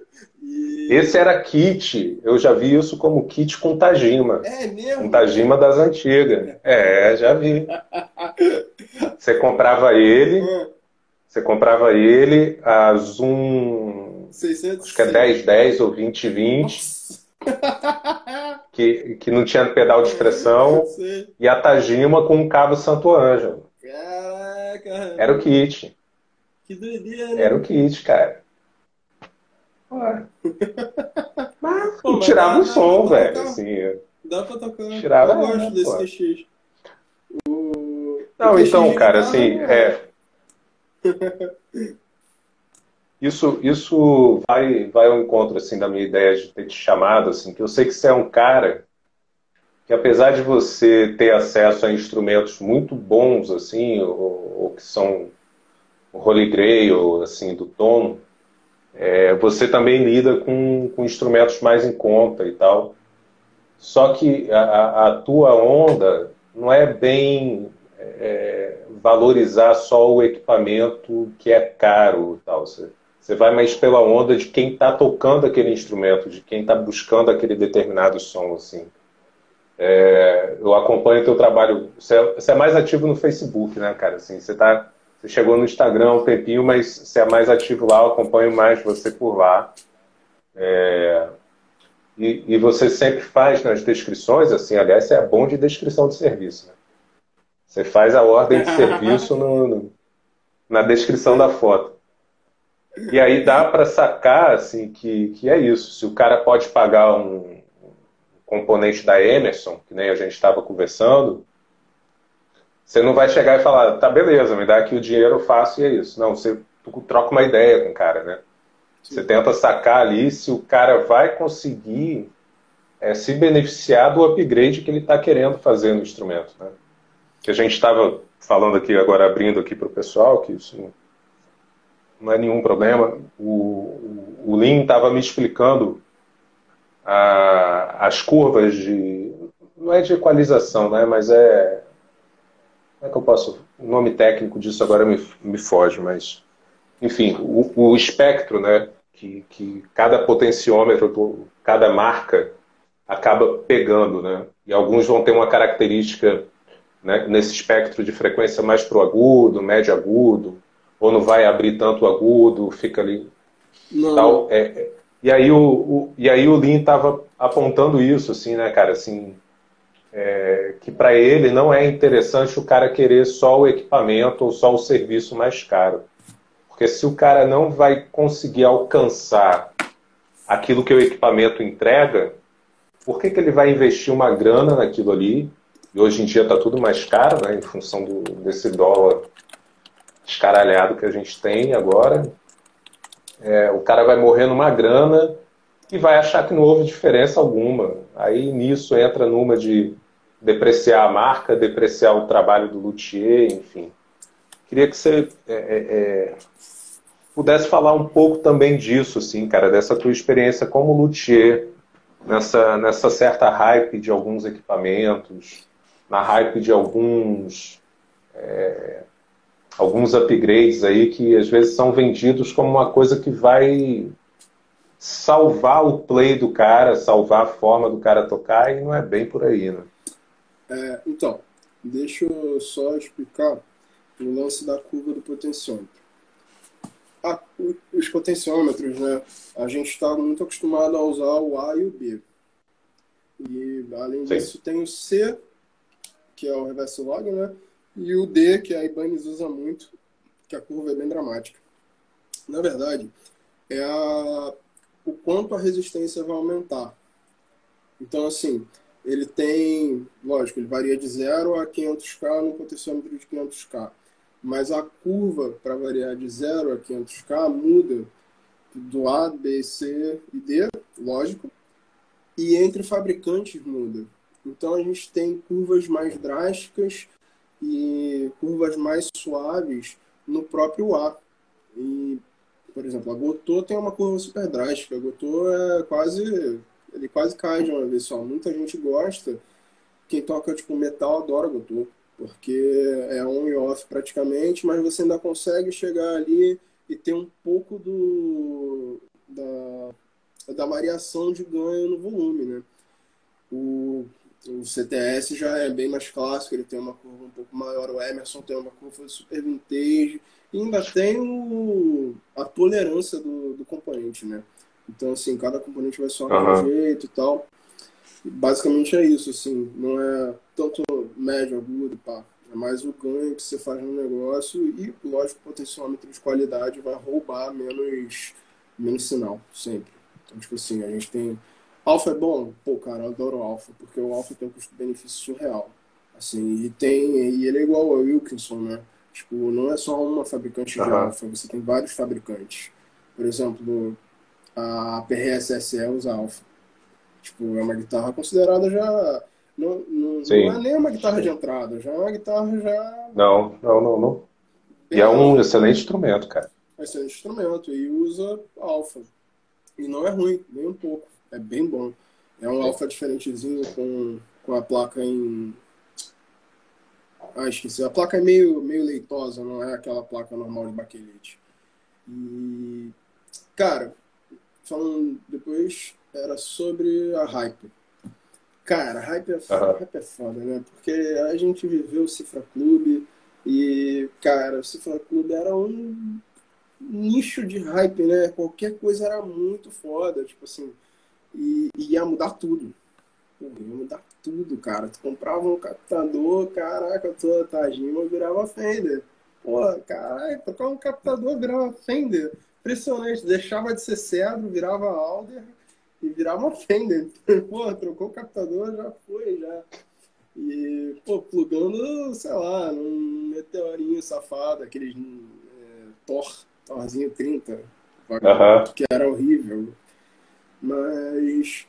Esse era kit, eu já vi isso como kit com Tajima. É mesmo? Um Tajima das antigas. É, já vi. Você comprava ele, Ah, você comprava ele, a Zoom, seiscentos acho que é dez dez ou vinte vinte, Nossa. que, que não tinha pedal de expressão, Sei. e a Tajima com um cabo Santo Ângelo. Caraca, Era o kit. que doideira, Era o hein? kit, cara. Ué. Mas Pô, mas tirava dá, o dá, dá som, pra velho. tocar. Assim, Dá pra tocar. tirava, Eu gosto é, desse pô. Q X. O, o Não, Q X então, de cara, guitarra assim, não é. é, isso, isso vai, vai ao encontro, assim, da minha ideia de ter te chamado, assim, que eu sei que você é um cara que, apesar de você ter acesso a instrumentos muito bons, assim, ou, ou que são o Holy Grail, assim, do tom, é, você também lida com, com instrumentos mais em conta e tal. Só que a, a tua onda não é bem é, valorizar só o equipamento que é caro e tal. Você, você vai mais pela onda de quem está tocando aquele instrumento, de quem está buscando aquele determinado som, assim. É, eu acompanho o teu trabalho. Você é, você é mais ativo no Facebook, né, cara? Assim, você tá, você chegou no Instagram há um tempinho, mas você é mais ativo lá. Eu acompanho mais você por lá. E, e você sempre faz nas descrições, assim, aliás, você é bom de descrição de serviço, né? Você faz a ordem de serviço no, no- na descrição da foto. E aí dá para sacar, assim, que, que é isso. Se o cara pode pagar um componente da Emerson, que nem a gente estava conversando, você não vai chegar e falar, tá, beleza, me dá aqui o dinheiro, eu faço e é isso. Não, você troca uma ideia com o cara, né? Você Sim. tenta sacar ali se o cara vai conseguir é, se beneficiar do upgrade que ele está querendo fazer no instrumento, né? Que a gente estava falando aqui agora, abrindo aqui para o pessoal, que isso não, não é nenhum problema. O, o, o Lean estava me explicando a, as curvas de, não é de equalização, né? Mas é, como é que eu posso, o nome técnico disso agora me, me foge, mas enfim, o, o espectro, né? Que, que cada potenciômetro, cada marca acaba pegando, né? E alguns vão ter uma característica, né, nesse espectro de frequência mais pro agudo, médio agudo, ou não vai abrir tanto o agudo, fica ali Não. tal. É, é, e aí o, o e aí o Lean estava apontando isso, assim, né, cara, assim, é, que para ele não é interessante o cara querer só o equipamento ou só o serviço mais caro, porque se o cara não vai conseguir alcançar aquilo que o equipamento entrega, por que, que ele vai investir uma grana naquilo ali? E hoje em dia está tudo mais caro, né, em função do, desse dólar escaralhado que a gente tem agora. É, o cara vai morrer numa grana e vai achar que não houve diferença alguma. Aí nisso entra numa de depreciar a marca, depreciar o trabalho do luthier, enfim. Queria que você é, é, é, pudesse falar um pouco também disso, assim, cara, dessa tua experiência como luthier, nessa, nessa certa hype de alguns equipamentos, na hype de alguns, alguns upgrades aí que às vezes são vendidos como uma coisa que vai salvar o play do cara, salvar a forma do cara tocar, e não é bem por aí, né? É, então, deixa eu só explicar o lance da curva do potenciômetro. A- o- os potenciômetros, né? A gente está muito acostumado a usar o A e o B. E, além Sim. disso, tem o C, que é o reverse log, né? E o D, que a Ibanez usa muito, que a curva é bem dramática. Na verdade, é a, o quanto a resistência vai aumentar. Então, assim, ele tem, lógico, ele varia de zero a quinhentos K no potenciômetro de quinhentos K. Mas a curva, para variar de zero a quinhentos K, muda do A, B, C e D, lógico, e entre fabricantes muda. Então a gente tem curvas mais drásticas e curvas mais suaves no próprio A. E, por exemplo, a Gotô tem uma curva super drástica. A Gotô é quase, ele quase cai de uma vez só. Muita gente gosta. Quem toca tipo metal adora Gotô, porque é on e off praticamente, mas você ainda consegue chegar ali e ter um pouco do da da variação de ganho no volume, né? O, o C T S já é bem mais clássico, ele tem uma curva um pouco maior, o Emerson tem uma curva super vintage, e ainda tem o, a tolerância do, do componente, né? Então, assim, cada componente vai soar de um Aham. jeito e tal. Basicamente é isso, assim, não é tanto médio, agudo, pá. É mais o ganho que você faz no negócio e, lógico, o potenciômetro de qualidade vai roubar menos, menos sinal, sempre. Então, tipo assim, a gente tem... Alpha é bom? Pô, cara, eu adoro Alpha, porque o Alpha tem um custo-benefício surreal. Assim, e tem... E ele é igual ao Wilkinson, né? Tipo, não é só uma fabricante de Aham. Alpha, você tem vários fabricantes. Por exemplo, a P R S S E usa Alpha. Tipo, é uma guitarra considerada já. Não, não, não é Sim. nem uma guitarra de Sim. entrada, já é uma guitarra já Não, não, não, não. E bem é um alta. excelente instrumento, cara. Vai ser um instrumento e usa alfa. E não é ruim, nem um pouco. É bem bom. É um Sim. alfa diferentezinho com, com a placa em. Ah, esqueci. A placa é meio, meio leitosa, não é aquela placa normal de baquelite. E, cara, falando depois, era sobre a Hype. Cara, hype é, Aham. hype é foda, né? Porque a gente viveu o Cifra Clube e, cara, o Cifra Clube era um nicho de hype, né? Qualquer coisa era muito foda, tipo assim, e, e ia mudar tudo. Pô, ia mudar tudo, cara. Tu comprava um captador, caraca, a tua Tajima virava Fender. Pô, caralho, trocar um captador virava Fender. Impressionante, deixava de ser cedro, virava Alder e virava Fender. Pô, trocou o captador, já foi, já. E, pô, plugando, sei lá, num meteorinho safado, aqueles é, Thor, Thorzinho trinta, Aham. que era horrível. Mas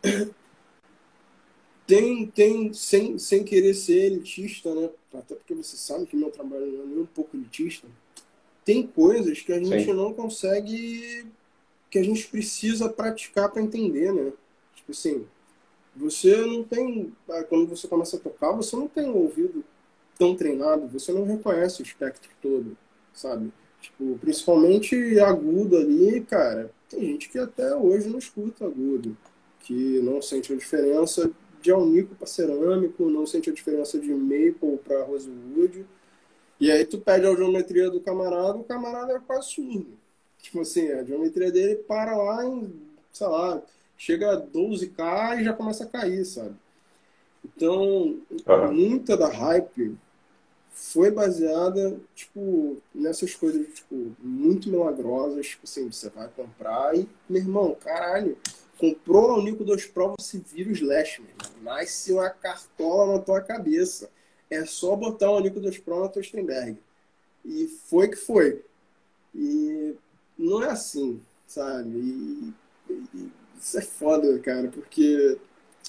tem, tem sem, sem querer ser elitista, né? Até porque você sabe que meu trabalho não é nem um pouco elitista. Tem coisas que a gente Sim. não consegue, que a gente precisa praticar para entender, né? Tipo assim, você não tem, quando você começa a tocar, você não tem um ouvido tão treinado, você não reconhece o espectro todo, sabe? Tipo, principalmente agudo ali, cara, tem gente que até hoje não escuta agudo, que não sente a diferença de alnico para cerâmico, não sente a diferença de maple para rosewood, e aí tu pede a geometria do camarada, o camarada é quase surdo. Tipo assim, a geometria dele para lá em, sei lá, chega a doze K e já começa a cair, sabe? Então, Aham. muita da hype foi baseada, tipo, nessas coisas, tipo, muito milagrosas, tipo assim, você vai comprar e, meu irmão, caralho, comprou a Unico dois Pro, você vira o Slash, meu irmão. Nasce uma cartola na tua cabeça. É só botar o Unico dois Pro na tua Steinberg. E foi que foi. E não é assim, sabe? E, e isso é foda, cara, porque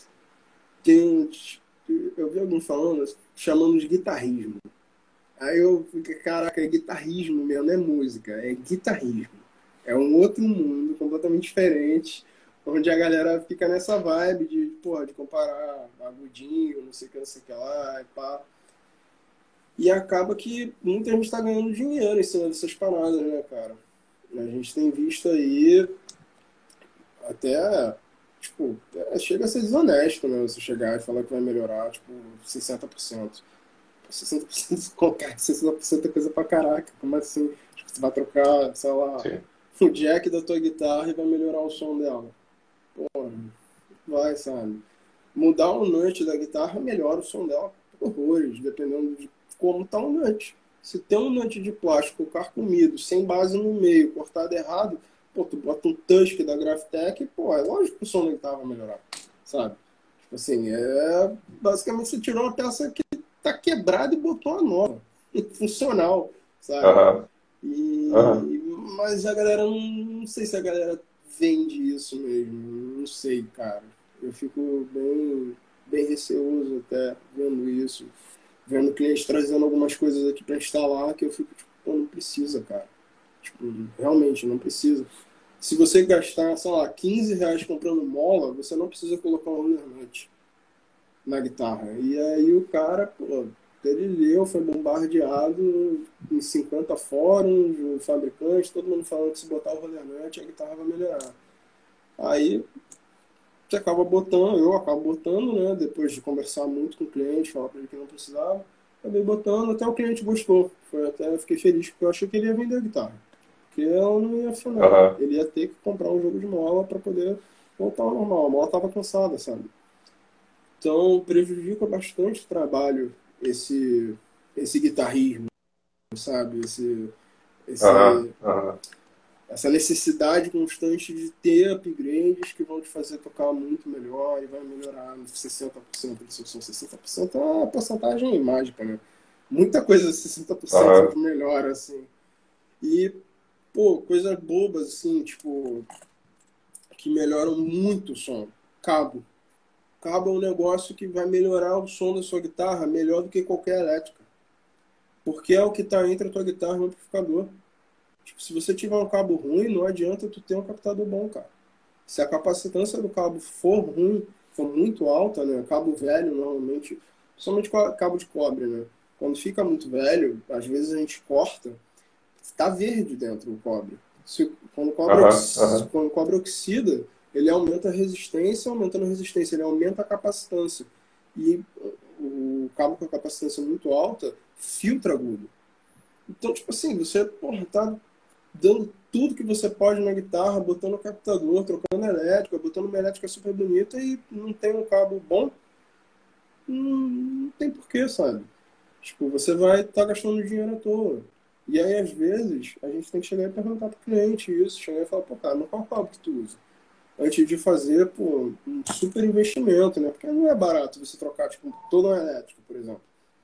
tem, eu vi alguém falando, chamando de guitarrismo. Aí eu fiquei, caraca, é guitarrismo mesmo, não é música, é guitarrismo. É um outro mundo completamente diferente, onde a galera fica nessa vibe de, porra, de comparar agudinho, não sei o que, não sei o que lá, e pá. E acaba que muita gente tá ganhando dinheiro em cima dessas paradas, né, cara? A gente tem visto aí até, tipo, é, chega a ser desonesto, né? Você chegar e falar que vai melhorar, tipo, sessenta por cento. sessenta por cento colocar sessenta por cento é coisa pra caraca. Como assim? Tipo, você vai trocar, sei lá, Sim. o jack da tua guitarra e vai melhorar o som dela. Porra, vai, sabe? Mudar o nut da guitarra melhora o som dela por horrores, dependendo de como tá o nut. Se tem um nut de plástico carcomido, sem base no meio, cortado errado, pô, tu bota um Tusk da Graphtec, pô, é lógico que o som da guitarra vai melhorar, sabe? Tipo assim, é... Basicamente você tirou uma peça que tá quebrada e botou uma nova, funcional, sabe? Aham. Aham. E... Mas a galera, não, não sei se a galera vende isso mesmo, não sei, cara. Eu fico bem, bem receoso até vendo isso, vendo clientes trazendo algumas coisas aqui para instalar que eu fico tipo, pô, não precisa, cara. Tipo, realmente não precisa. Se você gastar, sei lá, quinze reais comprando mola, você não precisa colocar um roller nut na guitarra. E aí o cara, pô, ele leu, foi bombardeado em cinquenta fóruns, o fabricante, todo mundo falando que se botar o roller nut a guitarra vai melhorar. Aí você acaba botando, eu acabo botando, né? Depois de conversar muito com o cliente, falar para ele que não precisava, acabei botando, até o cliente gostou. Foi até, eu fiquei feliz, porque eu achei que ele ia vender a guitarra. Porque ela não ia afinar. Aham. Ele ia ter que comprar um jogo de mola para poder voltar ao normal. A mola estava cansada, sabe? Então prejudica bastante o trabalho esse, esse guitarrismo, sabe? Esse, Aham. esse, Aham. essa necessidade constante de ter upgrades que vão te fazer tocar muito melhor e vai melhorar nos sessenta por cento. Se são sessenta por cento é uma porcentagem mágica, né? Muita coisa sessenta por cento Aham. de melhora, assim. E, pô, coisas bobas, assim, tipo, que melhoram muito o som. Cabo. Cabo é um negócio que vai melhorar o som da sua guitarra melhor do que qualquer elétrica. Porque é o que está entre a tua guitarra e o amplificador. Tipo, se você tiver um cabo ruim, não adianta tu ter um captador bom, cara. Se a capacitância do cabo for ruim, for muito alta, né? Cabo velho, normalmente, principalmente cabo de cobre, né? Quando fica muito velho, às vezes a gente corta, está verde dentro do cobre. Se, quando, o cobre Aham. ox, Aham. quando o cobre oxida, ele aumenta a resistência, aumentando a resistência, ele aumenta a capacitância. E o cabo com a capacitância muito alta filtra agudo. Então, tipo assim, você, porra, tá dando tudo que você pode na guitarra, botando o captador, trocando elétrica, botando uma elétrica super bonita e não tem um cabo bom, não, não tem porquê, sabe? Tipo, você vai estar tá gastando dinheiro à toa. E aí, às vezes, a gente tem que chegar e perguntar pro cliente isso, chegar e falar, pô, cara, mas qual cabo que tu usa? Antes de fazer, pô, um super investimento, né? Porque não é barato você trocar, tipo, toda uma elétrica, por exemplo.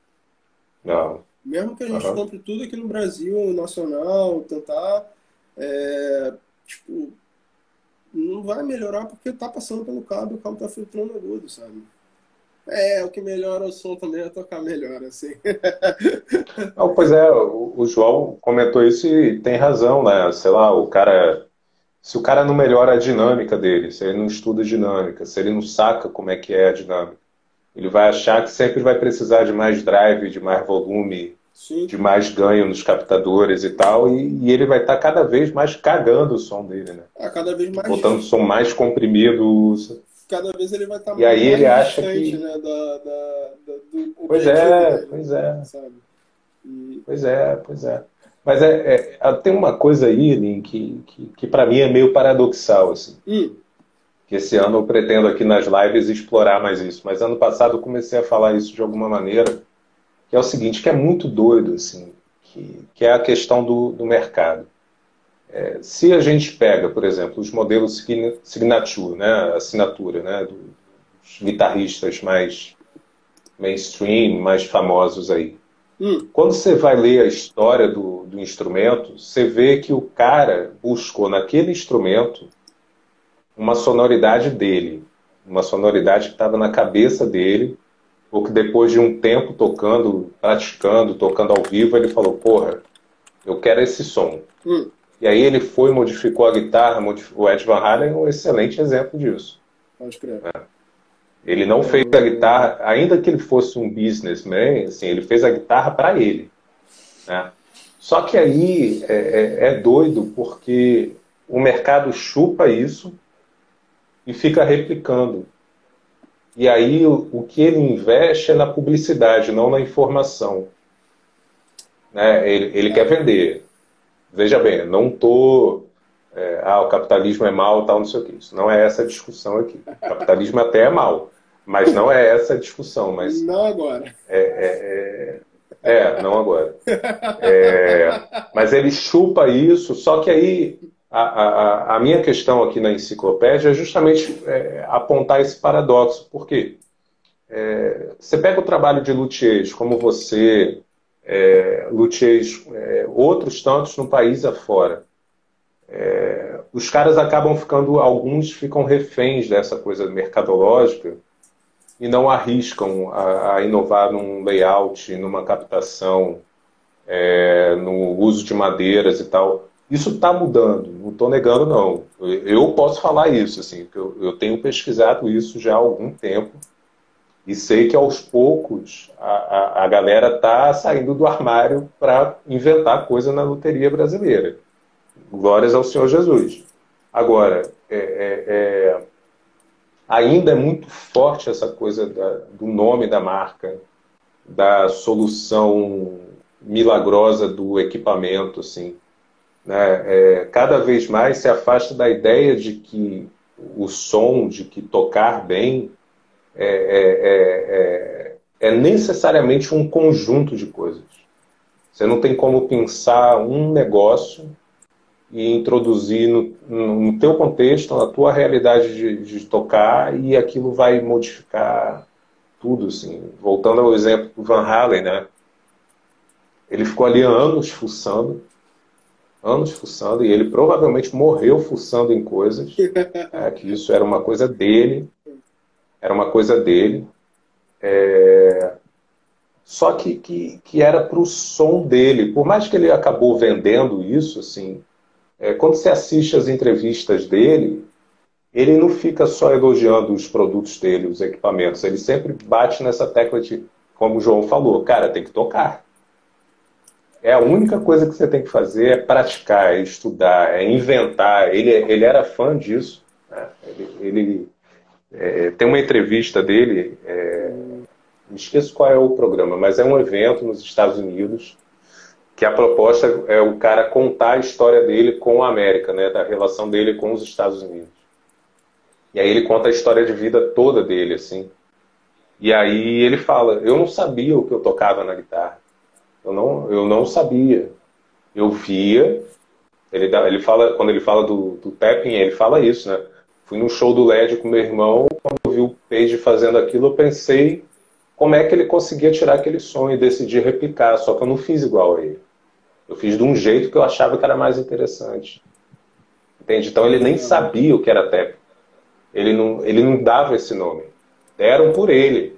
Não. Mesmo que a gente Aham. compre tudo aqui no Brasil, nacional, tentar, é, tipo, não vai melhorar porque tá passando pelo cabo e o cabo tá filtrando agudo, sabe? É, o que melhora o som também é tocar melhor, assim. Não, pois é, o, o João comentou isso e tem razão, né? Sei lá, o cara. Se o cara não melhora a dinâmica dele, se ele não estuda dinâmica, se ele não saca como é que é a dinâmica, ele vai achar que sempre vai precisar de mais drive, de mais volume, Sim. de mais ganho nos captadores e tal, e, e ele vai estar cada vez mais cagando o som dele, né? Ah, cada vez Botando o mais, som mais comprimido. cada vez ele vai estar E aí mais ele acha distante, que. né, da, da, da- do Pois objetivo é, dele, pois é, sabe? E, pois é, pois é. Mas é, é- tem uma coisa aí, Lin, que, que, que para mim é meio paradoxal, assim. hum, Que esse ano eu pretendo aqui nas lives explorar mais isso. Mas ano passado eu comecei a falar isso de alguma maneira, que é o seguinte, que é muito doido, assim, que, que é a questão do, do mercado. É, se a gente pega, por exemplo, os modelos signa- signature, né, assinatura, né, dos guitarristas mais mainstream, mais famosos aí. hum, Quando você vai ler a história do, do instrumento, você vê que o cara buscou naquele instrumento uma sonoridade dele, uma sonoridade que estava na cabeça dele, ou que depois de um tempo tocando, praticando, tocando ao vivo, ele falou, porra, eu quero esse som. hum, E aí ele foi, modificou a guitarra, modificou... o Ed Van Halen é um excelente exemplo disso. pode crer. Ele não fez a É, guitarra, ainda que ele fosse um businessman, assim, ele fez a guitarra para ele, né? Só que aí é, é, é doido porque o mercado chupa isso e fica replicando. E aí o, o que ele investe é na publicidade, não na informação. Né? Ele, ele quer vender. Veja bem, não estou. É, ah, o capitalismo é mal, tal, não sei o que. Isso não é essa a discussão aqui. O capitalismo até é mal, mas não é essa a discussão. Mas não agora. é, não agora. É, mas ele chupa isso, só que aí a, a, a minha questão aqui na enciclopédia é justamente é, apontar esse paradoxo. Por quê? Você pega o trabalho de luthiers, como você, é, luthiers, é, outros tantos no país afora. É, os caras acabam ficando, alguns ficam reféns dessa coisa mercadológica e não arriscam a, a inovar num layout, numa captação, é, no uso de madeiras e tal. Isso está mudando, não estou negando não. Eu posso falar isso, assim, que eu, eu tenho pesquisado isso já há algum tempo. E sei que aos poucos a, a, a galera está saindo do armário para inventar coisa na loteria brasileira. Glórias ao Senhor Jesus. Agora, é, é, é, ainda é muito forte essa coisa da, do nome da marca, da solução milagrosa do equipamento, assim, né? É, cada vez mais se afasta da ideia de que o som, de que tocar bem é, é, é, é necessariamente um conjunto de coisas. Você não tem como pensar um negócio e introduzir no, no teu contexto, na tua realidade de, de tocar, e aquilo vai modificar tudo, assim. Voltando ao exemplo do Van Halen, né? Ele ficou ali anos fuçando, anos fuçando, e ele provavelmente morreu fuçando em coisas, é, que isso era uma coisa dele, era uma coisa dele, é, só que, que, que era para o som dele. Por mais que ele acabou vendendo isso, assim, é, quando você assiste as entrevistas dele, ele não fica só elogiando os produtos dele, os equipamentos, ele sempre bate nessa tecla de, como o João falou, cara, tem que tocar. É a única coisa que você tem que fazer é praticar, é estudar, é inventar. Ele, ele era fã disso, né? Ele, ele é, tem uma entrevista dele, é, não esqueço qual é o programa, mas é um evento nos Estados Unidos que a proposta é o cara contar a história dele com a América, né, da relação dele com os Estados Unidos. E aí ele conta a história de vida toda dele, assim. E aí ele fala, eu não sabia o que eu tocava na guitarra. Eu não, eu não sabia. Eu via, ele, dá, ele fala, quando ele fala do, do tapping, ele fala isso, né? Fui num show do L E D com meu irmão, quando eu vi o Page fazendo aquilo, eu pensei como é que ele conseguia tirar aquele som e decidi replicar, só que eu não fiz igual a ele. Eu fiz de um jeito que eu achava que era mais interessante. Entende? Então ele nem sabia o que era tapping. Ele não, ele não dava esse nome. Deram por ele.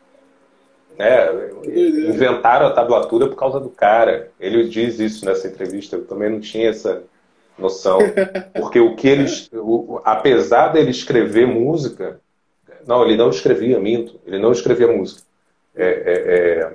Né? Inventaram a tablatura por causa do cara. Ele diz isso nessa entrevista. Eu também não tinha essa noção. Porque o que eles, o, apesar dele escrever música, não, ele não escrevia, minto. Ele não escrevia música. É, é, é,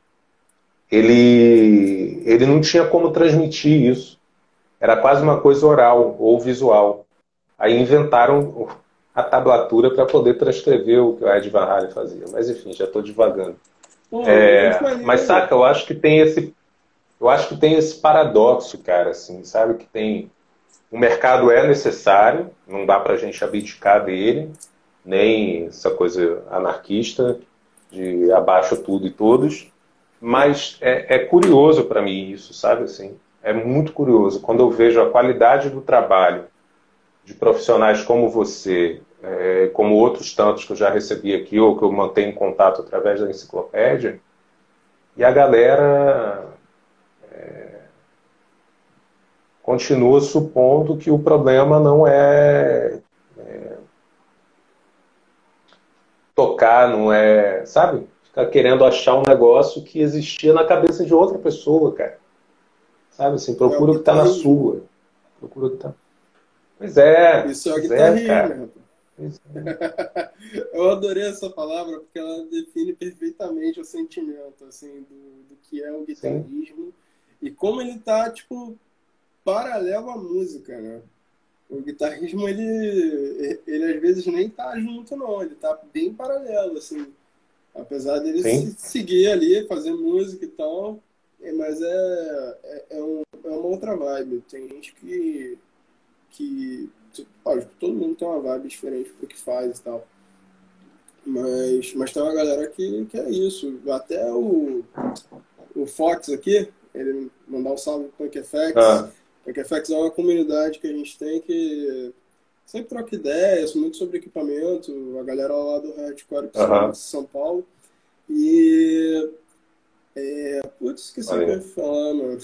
ele, ele não tinha como transmitir isso. Era quase uma coisa oral ou visual. Aí inventaram a tablatura para poder transcrever o que o Ed Van Halen fazia. Mas enfim, já estou divagando. Pô, É, mas saca, eu acho que tem esse, eu acho que tem esse paradoxo, cara, assim, sabe que tem o mercado é necessário, não dá para a gente abdicar dele, nem essa coisa anarquista de abaixo tudo e todos, mas é, é curioso para mim isso, sabe, assim, é muito curioso quando eu vejo a qualidade do trabalho de profissionais como você, é, como outros tantos que eu já recebi aqui, ou que eu mantenho em contato através da enciclopédia, e a galera é, continua supondo que o problema não é, é tocar, não é, sabe? Ficar querendo achar um negócio que existia na cabeça de outra pessoa, cara. Sabe assim, procura o que está na sua. Procura o que está... Pois é, isso é a pois guitarrismo, é, né, Pois rapaz? Eu adorei essa palavra porque ela define perfeitamente o sentimento assim, do, do que é o guitarrismo. Sim. E como ele tá, tipo, paralelo à música, né? O guitarrismo, ele, ele às vezes nem tá junto, não. Ele tá bem paralelo, assim. Apesar dele se seguir ali, fazer música e tal. Mas é, é, é, um, é uma outra vibe. Tem gente que... que lógico, todo mundo tem uma vibe diferente do que faz e tal. Mas, mas tem uma galera que, que é isso. Até o, o Fox aqui, ele mandar um salve pro Punk F X. Ah. Punk F X é uma comunidade que a gente tem que sempre troca ideias, muito sobre equipamento. A galera lá do Hardcore uh-huh. de São Paulo. E... É, putz, esqueci o que eu ia falar, mano.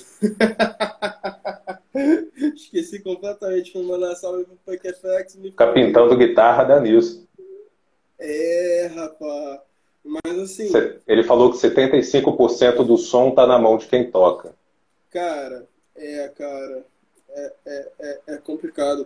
Esqueci completamente. Vou mandar salve pro Punk F X. Fica pintando guitarra da Nilson. É, rapaz. Mas assim... Ele falou que setenta e cinco por cento do som tá na mão de quem toca. Cara, é, cara. É, é, é, é complicado.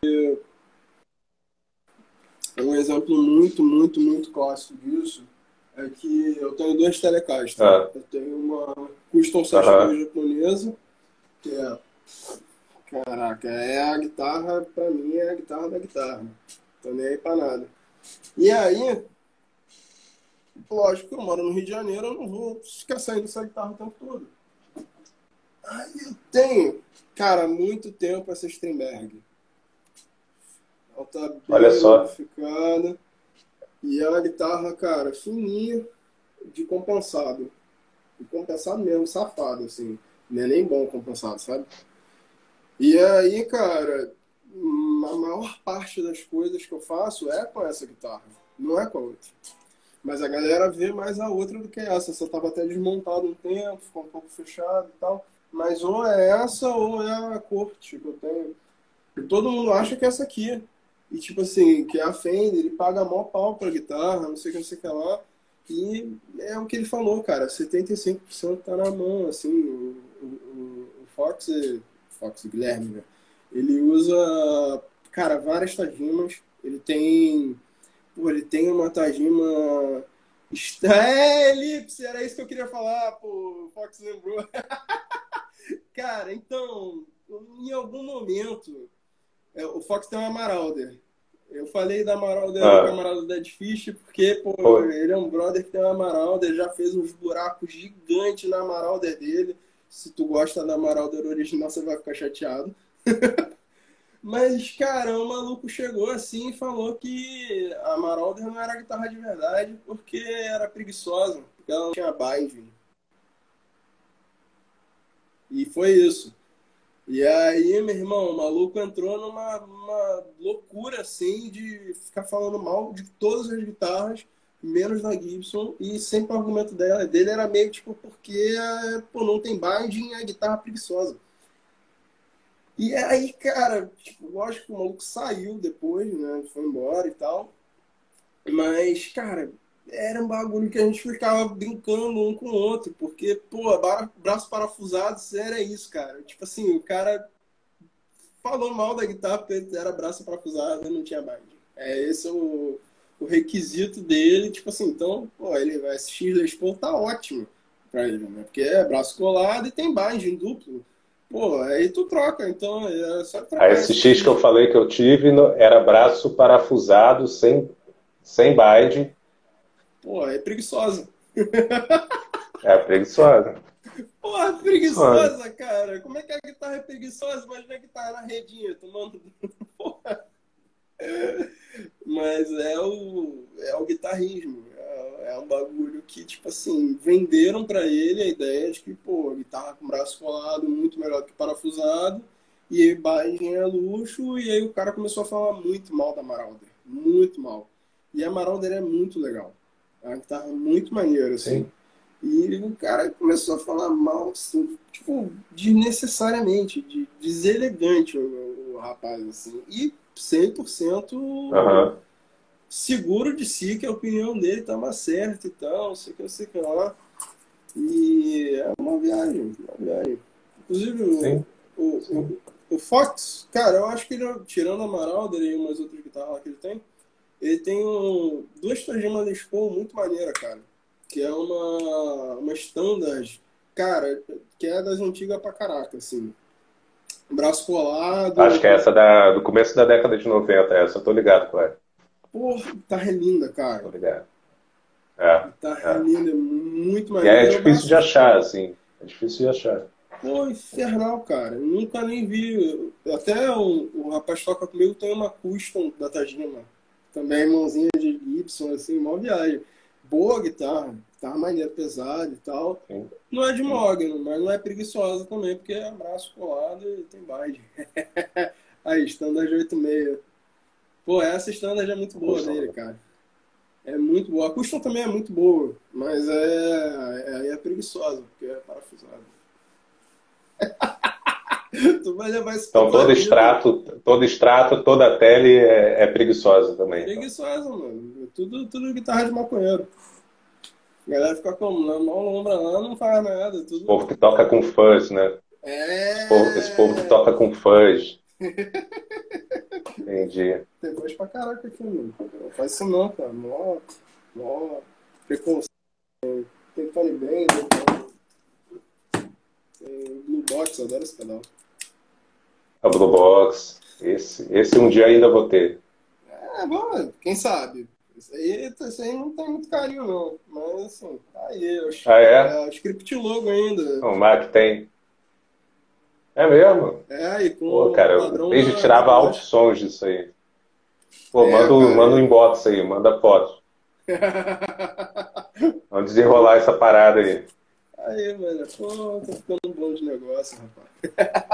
Um exemplo muito, muito, muito clássico disso é que eu tenho duas Telecaster. Ah. Eu tenho uma Custom setenta e dois uh-huh. japonesa, que é, Caraca, é a guitarra, pra mim, é a guitarra da guitarra. Tô nem aí pra nada. E aí, lógico que eu moro no Rio de Janeiro, eu não vou ficar saindo dessa guitarra o tempo todo. Aí eu tenho, cara, há muito tempo essa Strindberg. Ela tá Olha bem só. modificada. E é uma guitarra, cara, fininha, de compensado. De compensado mesmo, safado, assim. Não é nem bom compensado, sabe? E aí, cara, a maior parte das coisas que eu faço é com essa guitarra, não é com a outra. Mas a galera vê mais a outra do que essa. Essa tava até desmontada um tempo, ficou um pouco fechado e tal. Mas ou é essa ou é a corte que eu tenho. E todo mundo acha que é essa aqui. E tipo assim, que é a Fender, ele paga mó pau pra guitarra, não sei o que, não sei o que lá. E é o que ele falou, cara, setenta e cinco por cento tá na mão, assim, o, o, o o Fox, Fox Guilherme, né? Ele usa, cara, várias tajimas, ele tem, pô, ele tem uma tajima... É, Elipse, era isso que eu queria falar, pô, o Fox lembrou. Cara, então, em algum momento, é, o Fox tem uma Marauder. Eu falei da Marauder do Ah, camarada da Dead Fish porque, pô, pô, ele é um brother que tem uma Marauder, já fez uns buracos gigantes na Marauder dele. Se tu gosta da Marauder original, você vai ficar chateado. Mas, cara, o maluco chegou assim e falou que a Marauder não era guitarra de verdade porque era preguiçosa, porque ela não tinha binding. E foi isso. E aí, meu irmão, o maluco entrou numa, numa loucura assim de ficar falando mal de todas as guitarras, menos da Gibson, e sempre o argumento dela, dele era meio tipo, porque pô, não tem binding e a guitarra é preguiçosa. E aí, cara, tipo, lógico que o maluco saiu depois, né? Foi embora e tal. Mas, cara, era um bagulho que a gente ficava brincando um com o outro, porque, pô, bara- braços parafusados era isso, cara. Tipo assim, o cara falou mal da guitarra porque era braço parafusado e não tinha binding. É esse o, o requisito dele, tipo assim, então, pô, ele vai assistir Les Paul, tá ótimo pra ele, né? Porque é braço colado e tem binding duplo. Pô, aí tu troca, então é só a trocar esse S X que eu X. falei que eu tive no- era braço parafusado, sem, sem bide, Pô, é preguiçosa. é preguiçosa. Porra, Preguiçosa. preguiçosa, cara. Como é que a guitarra é preguiçosa? Imagina a guitarra na redinha, tomando. Porra. Mas é o, é o guitarrismo. É, é um bagulho que, tipo assim, venderam pra ele a ideia de que, pô, guitarra com braço colado muito melhor que parafusado. E aí binding é luxo. E aí o cara começou a falar muito mal da Marauder. Muito mal. E a Marauder é muito legal. É uma guitarra muito maneira, assim. Sim. E o cara começou a falar mal, assim, tipo, desnecessariamente, de, deselegante o, o rapaz, assim. E cem por cento Aham. seguro de si que a opinião dele estava certa e tal, não sei o que, não sei o que lá. E é uma viagem, uma viagem. Inclusive, o, Sim. o, Sim. o, o Fox, cara, eu acho que ele, tirando a Marauder e umas outras guitarras lá que ele tem, ele tem um, duas Tajima Les Paul muito maneira, cara. Que é uma, uma standard, cara, que é das antigas pra caraca, assim. Braço Acho que é colado. essa da, do começo da década de noventa, essa, eu tô ligado com ela. Porra, guitarra é linda, Tô cara. ligado. É, Guitarra é é. linda, é muito E aí é maneiro. O difícil de braço, achar, assim. É difícil de achar. pô, infernal, cara. Eu nunca nem vi. Até o, o rapaz que toca comigo tem uma custom da Tajima. Também irmãozinha de Gibson, assim, mó viagem. Boa guitarra, guitarra maneira, pesada e tal. Sim, Não é de sim. mogno, mas não é preguiçosa também, porque é braço colado e tem base. Aí, standard oito seis. Pô, essa standard é muito Não boa custa dele, nada. cara. É muito boa. A custom também é muito boa, mas é, é, é preguiçosa, porque é parafusada. Tu vai levar isso pra Então tua todo vida. extrato, todo extrato, toda tele é, é preguiçosa também. Então. Preguiçosa, mano. Tudo, tudo guitarra de maconheiro. A galera fica como? Não, não lombra lá, não faz nada. Esse povo Tudo. que toca com fuzz, né? Esse povo, esse povo que É. toca com fuzz. Entendi. Tem voz pra caraca aqui, mano. Não faz isso não, cara. Mó, mó preconceito. Tem Tony Bennett, tem Blue Box, eu adoro esse pedal. A Blue Box. Esse, esse um dia ainda vou ter. É, bom, quem sabe? Isso aí, isso aí não tem muito carinho, não. Mas, assim, tá aí. Eu, Ah, é? é, script logo ainda. O Mac tem. É mesmo? É, e Pô, com cara, o padrão Paige Mac, tirava eu altos acho. sons disso aí. Pô, É, manda, um- manda um cara. inbox aí, manda foto. Vamos desenrolar essa parada aí. Aí, mano, pô, tá ficando bom de negócio, rapaz.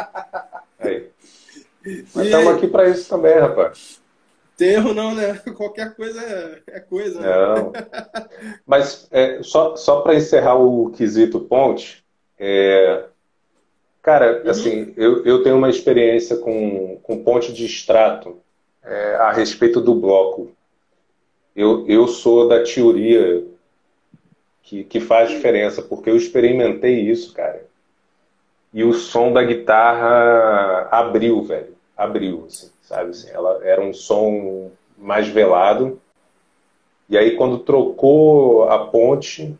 Aí. Mas E estamos aí, aqui para isso também, rapaz. tem erro não, né? Qualquer coisa é, é coisa, né? Não. Mas é, só, só para encerrar o quesito ponte, é, cara, Uhum. assim, eu, eu tenho uma experiência com, com ponte de extrato é, a respeito do bloco. Eu, eu sou da teoria que, que faz diferença, porque eu experimentei isso, cara. E o som da guitarra abriu, velho. Abriu, assim, sabe? Assim, ela era um som mais velado. E aí, quando trocou a ponte,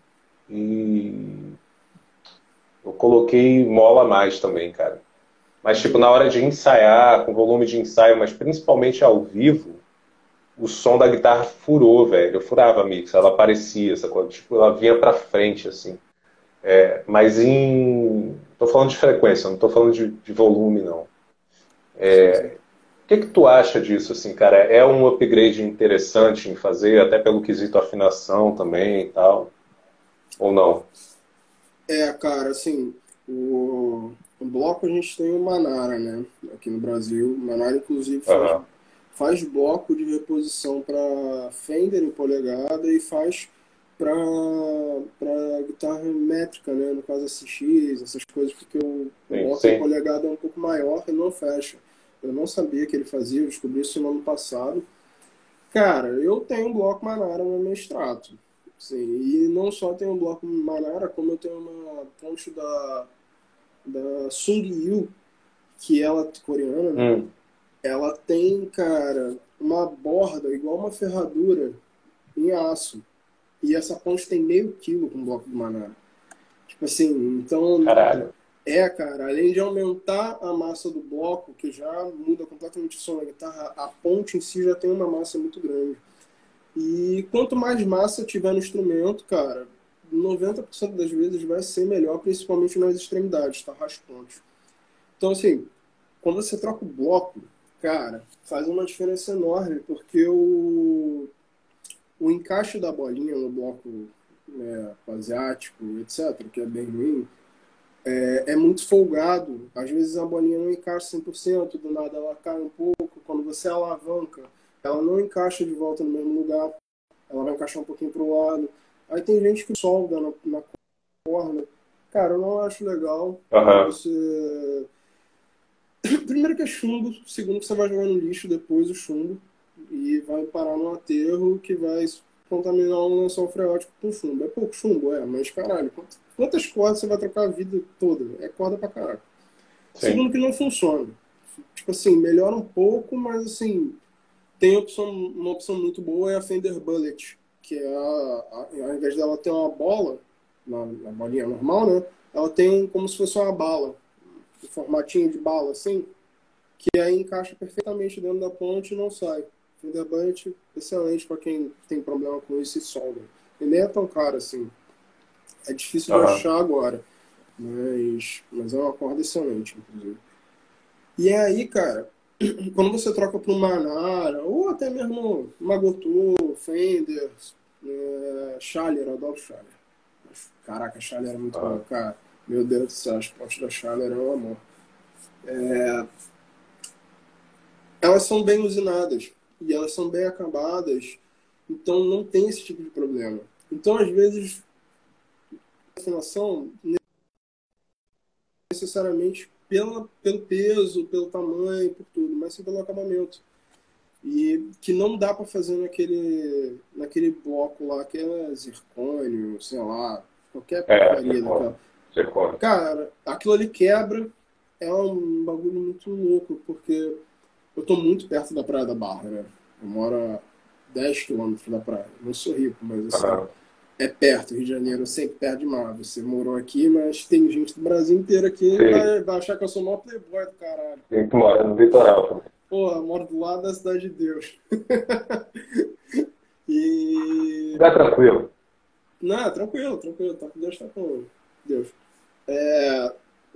e eu coloquei mola a mais também, cara. Mas, tipo, na Entendi. hora de ensaiar, com volume de ensaio, mas principalmente ao vivo, o som da guitarra furou, velho. Eu furava a mix, ela aparecia, essa coisa. Tipo, ela vinha pra frente, assim. É, mas em. Tô falando de frequência, não tô falando de, de volume, não. Sim, sim. O que que tu acha disso, assim, cara? É um upgrade interessante em fazer, até pelo quesito afinação também e tal, ou não? É, cara, assim, o, o bloco a gente tem o Manara, né? Aqui no Brasil. O Manara, inclusive, faz, Aham. faz bloco de reposição para Fender em polegada e faz para para guitarra métrica, né? No caso S X, essas coisas, porque o, o Sim, bloco em sim. polegada é um pouco maior e não fecha. Eu não sabia que ele fazia, eu descobri isso no ano passado. Cara, eu tenho um bloco Manara no meu extrato. Sim, e não só tenho um bloco Manara, como eu tenho uma ponte da, da Sung Yu, que ela é coreana, né? Hum, Ela tem, cara, uma borda igual uma ferradura em aço. E essa ponte tem meio quilo com o bloco do Manara. Tipo assim, então caralho. é, cara, além de aumentar a massa do bloco, que já muda completamente o som da guitarra, a ponte em si já tem uma massa muito grande. E quanto mais massa tiver no instrumento, cara, noventa por cento das vezes vai ser melhor, principalmente nas extremidades, tá? Rasponte. Então, assim, quando você troca o bloco, cara, faz uma diferença enorme, porque o, o encaixe da bolinha no bloco, né, asiático, etc., que é bem ruim, é, é muito folgado. Às vezes a bolinha não encaixa cem por cento, do nada ela cai um pouco. Quando você alavanca, ela não encaixa de volta no mesmo lugar, ela vai encaixar um pouquinho para o lado. Aí tem gente que solda na, na corda. Cara, eu não acho legal, porque Aham. você. Primeiro que é chumbo, segundo que você vai jogar no lixo depois o chumbo e vai parar no aterro que vai contaminar um lençol freático com chumbo. É pouco chumbo, é, mas caralho, quantas cordas você vai trocar a vida toda? É corda pra caralho. Sim. Segundo que não funciona. Tipo assim, melhora um pouco, mas assim, tem opção, uma opção muito boa é a Fender Bullet, que é a, a, ao invés dela ter uma bola, na, na bolinha normal, né? Ela tem como se fosse uma bala, um formatinho de bala assim, que aí encaixa perfeitamente dentro da ponte e não sai. Fender Bullet, excelente para quem tem problema com isso e solda. E nem é tão caro assim. É difícil de Aham. achar agora, mas, mas é uma corda excelente, inclusive. E é aí, cara, quando você troca para um Manara, ou até mesmo Magotô, Fender, é, Schaller, eu adoro Schaller. Caraca, Schaller é muito bom, Aham. cara. Meu Deus do céu, as pontes da Schaller é um amor. Elas são bem usinadas e elas são bem acabadas, então não tem esse tipo de problema. Então, às vezes, a afinação necessariamente pela, pelo peso, pelo tamanho, por tudo, mas sim pelo acabamento. E que não dá para fazer naquele, naquele bloco lá que é zircônio, sei lá, qualquer É, porcaria zircônia. daquela. Zircônia. Cara, aquilo ali quebra, é um bagulho muito louco, porque eu tô muito perto da Praia da Barra, né? Eu moro a dez quilômetros da praia. Não sou rico, mas assim, Aham. É perto, Rio de Janeiro, sempre perto de mar. Você morou aqui, mas tem gente do Brasil inteiro aqui e Sim, vai, vai achar que eu sou o maior playboy do caralho. tem que morar no litoral. Porra, moro do lado da Cidade de Deus. E. Fica tranquilo. Não, tranquilo, tranquilo. Tá com Deus, tá com Deus. É,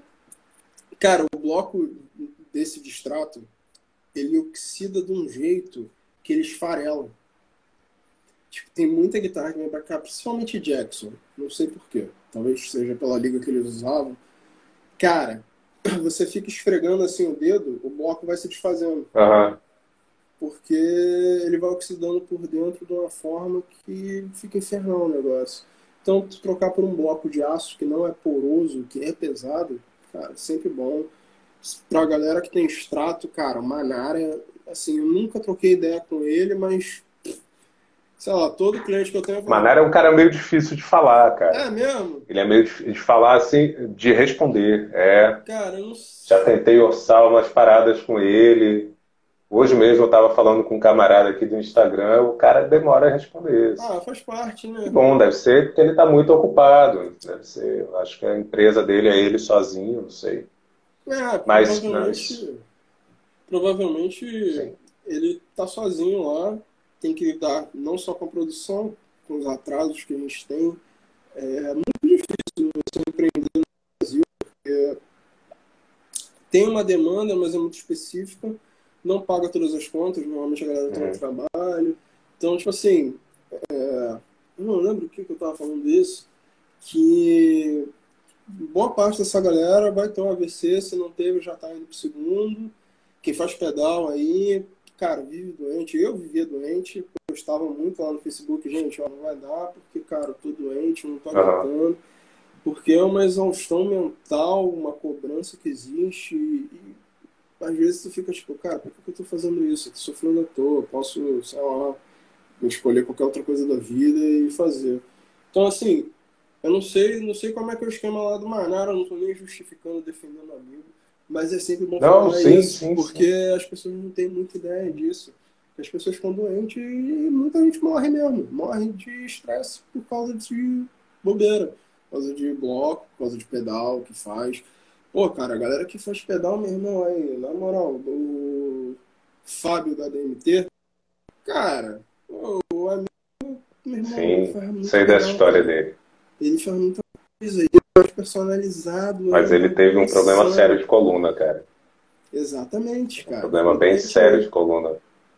cara, o bloco desse distrato, ele oxida de um jeito que ele esfarela. Tipo, tem muita guitarra que vem pra cá, principalmente Jackson. Não sei porquê. Talvez seja pela liga que eles usavam. Cara, você fica esfregando assim o dedo, o bloco vai se desfazendo. Aham. Porque ele vai oxidando por dentro de uma forma que fica infernal o negócio. Então, tu trocar por um bloco de aço que não é poroso, que é pesado, cara, sempre bom. Pra galera que tem extrato, cara, o Manara, assim, eu nunca troquei ideia com ele, mas, sei lá, todo cliente que eu tenho... eu falo, Manara é um cara meio difícil de falar, cara. é mesmo? Ele é meio difícil de falar, assim, de responder. É, Cara, eu não já sei. tentei orçar umas paradas com ele. Hoje mesmo eu tava falando com um camarada aqui do Instagram, o cara demora a responder. Ah, faz parte, Que né? bom, deve ser porque ele tá muito ocupado. Deve ser, eu acho que a empresa dele é ele sozinho, não sei. É, Mas, mas provavelmente, provavelmente sim. ele tá sozinho lá, tem que lidar não só com a produção, com os atrasos que a gente tem. É muito difícil você empreender no Brasil, porque tem uma demanda, mas é muito específica, não paga todas as contas, normalmente a galera tem um Uhum. trabalho. Então, tipo assim, é, eu não lembro o que, que eu tava falando disso, que boa parte dessa galera vai ter um A V C, se não teve, já tá indo pro segundo. Quem faz pedal aí, cara, vive doente. Eu vivia doente, postava muito lá no Facebook, gente, ó, não vai dar, porque, cara, eu tô doente, não tô Aham. aguentando. Porque é uma exaustão mental, uma cobrança que existe. E, e às vezes tu fica tipo, cara, por que eu tô fazendo isso? Eu tô sofrendo à toa, eu posso, sei lá, escolher qualquer outra coisa da vida e fazer. Então, assim, eu não sei, não sei como é que é o esquema lá do Manara, eu não tô nem justificando, defendendo o amigo, mas é sempre bom Não, falar sim, isso, sim, sim. porque as pessoas não têm muita ideia disso. As pessoas ficam doentes e muita gente morre mesmo, morre de estresse por causa de bobeira, por causa de bloco, por causa de pedal que faz. Pô, cara, a galera que faz pedal, meu irmão, aí, na moral, o Fábio da D M T, cara, pô, o amigo, meu irmão, ele Sim, faz muito sei dessa pedal, história cara. dele. Ele faz muita coisa, ele faz personalizado, é Mas um ele teve bagulho um problema sério insano. de coluna, cara. Exatamente, Um cara. problema Ficou bem doente sério aí. de coluna.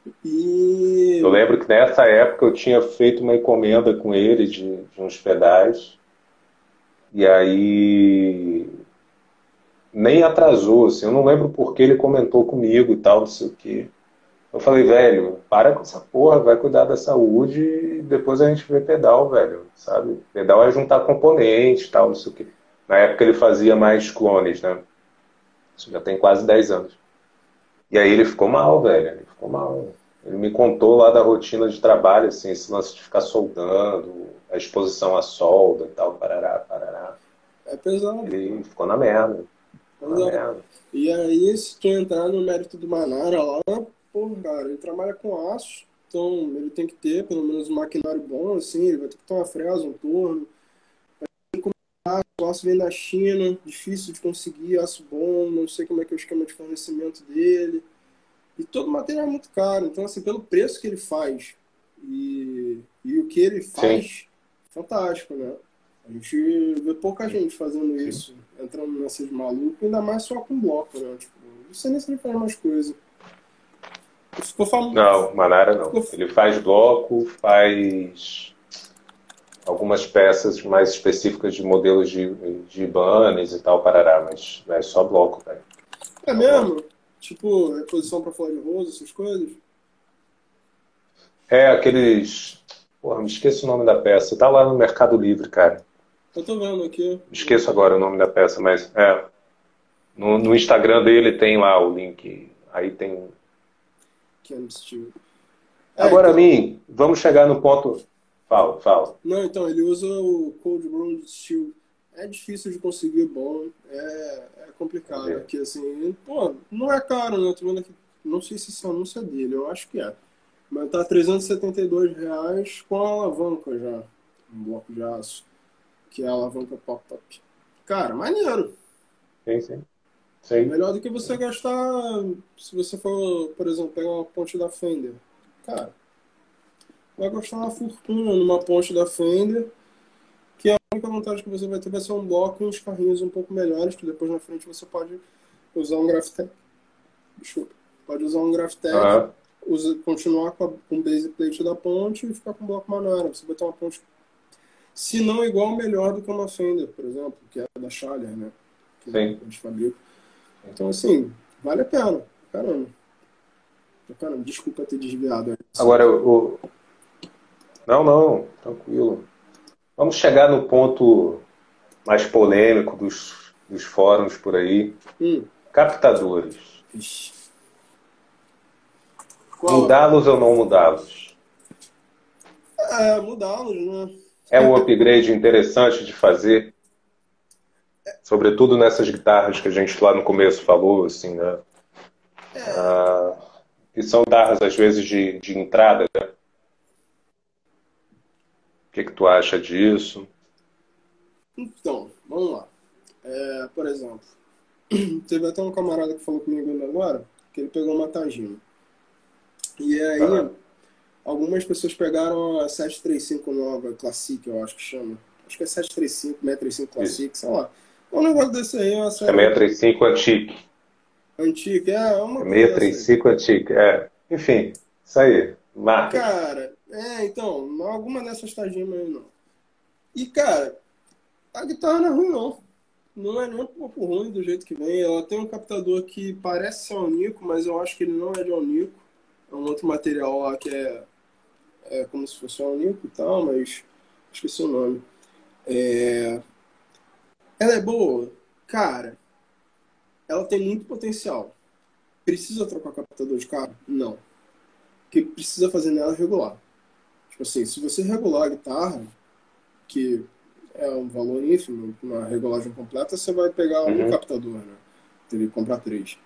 Eu E. lembro que nessa época eu tinha feito uma encomenda com ele de, de uns pedais. E aí nem atrasou, assim. Eu não lembro por que ele comentou comigo e tal, não sei o quê. Eu falei, velho, para com essa porra, vai cuidar da saúde e depois a gente vê pedal, velho, sabe? Pedal é juntar componentes e tal, não sei o quê. Na época ele fazia mais clones, né? Isso já tem quase dez anos. E aí ele ficou mal, velho, ele ficou mal. Ele me contou lá da rotina de trabalho, assim, esse lance de ficar soldando, a exposição à solda e tal, parará, parará. É pesado, Ele ficou na merda, ficou na pesado. merda. E aí, se tu entrar no mérito do Manara lá, pô, cara, ele trabalha com aço, então ele tem que ter pelo menos um maquinário bom, assim, ele vai ter que ter uma fresa, um torno. O aço vem da China, difícil de conseguir, aço bom, não sei como é que é o esquema de fornecimento dele. E todo o material é muito caro. Então, assim, pelo preço que ele faz e, e o que ele Sim, faz, fantástico, né? A gente vê pouca gente fazendo sim. isso, entrando nessa de maluco, ainda mais só com bloco, né? Tipo, não sei nem se ele faz mais coisa. Ficou famoso. Não, Manara não. Ficou... Ele faz bloco, faz algumas peças mais específicas de modelos de, de Ibanez e tal, parará, mas é só bloco, velho. É Só bloco. mesmo? Tipo, reposição pra Flor de Rosa, essas coisas? É aqueles. Porra, me esqueço o nome da peça. Tá lá no Mercado Livre, cara. Eu tô vendo aqui. Me esqueço agora o nome da peça, mas é. No, no Instagram dele tem lá o link. Aí tem. Que é no estilo. É, Agora, então. mim, vamos chegar no ponto. Fala, fala. Não, então, ele usa o Cold Brew Steel. É difícil de conseguir bom, é, é complicado. Cadê? Aqui, assim, pô, não é caro, né? Tô vendo aqui, não sei se esse anúncio é dele, eu acho que é. Mas tá trezentos e setenta e dois reais com a alavanca já. um bloco de aço, que é a alavanca pop-up. Cara, maneiro. Sim, sim. Sim. Melhor do que você gastar, se você for, por exemplo, pegar uma ponte da Fender. Cara, vai gastar uma fortuna numa ponte da Fender, que a única vantagem que você vai ter vai ser um bloco e uns carrinhos um pouco melhores, que depois na frente você pode usar um Graphtec. Desculpa. Pode usar um Graphtec, Uhum. usa, continuar com, a, com o base plate da ponte e ficar com o bloco manual. Você vai ter uma ponte, se não igual, melhor do que uma Fender, por exemplo, que é da Schaller, né? Que Sim. a gente fabrica. Então, assim, vale a pena. Caramba. Caramba, desculpa ter desviado. Agora, o... Não, não, tranquilo. Vamos chegar no ponto mais polêmico dos, dos fóruns por aí. Hum. Captadores. Ixi. Mudá-los ou não mudá-los? É, mudá-los, né? É um upgrade interessante de fazer, sobretudo nessas guitarras que a gente lá no começo falou, assim, né? É. Ah, que são guitarras, às vezes, de, de entrada, né? O que, que tu acha disso? Então, vamos lá. É, por exemplo, teve até um camarada que falou comigo agora, que ele pegou uma Tajima. E aí, uhum. algumas pessoas pegaram a sete três cinco nova, Classic, eu acho que chama. Acho que é sete três cinco, seiscentos e trinta e cinco Classic, Isso. sei lá. É um negócio desse aí, é uma série... É seiscentos e trinta e cinco Antique. Antique, é uma coisa. seiscentos e trinta e cinco Antique, é. Enfim, isso aí. Marca. Cara, é, então, não alguma dessas Tajima aí, não. E, cara, a guitarra não é ruim, não. Não é nem um pouco ruim do jeito que vem. Ela tem um captador que parece ser Alnico, mas eu acho que ele não é de Alnico. É um outro material lá que é, é como se fosse Alnico e tal, mas esqueci o nome. É... Ela é boa? Cara, ela tem muito potencial. Precisa trocar captador de cabo? Não. O que precisa fazer nela é regular. Tipo assim, se você regular a guitarra, que é um valor ínfimo, uma regulagem completa, você vai pegar uhum. um captador, né? Teria que comprar três.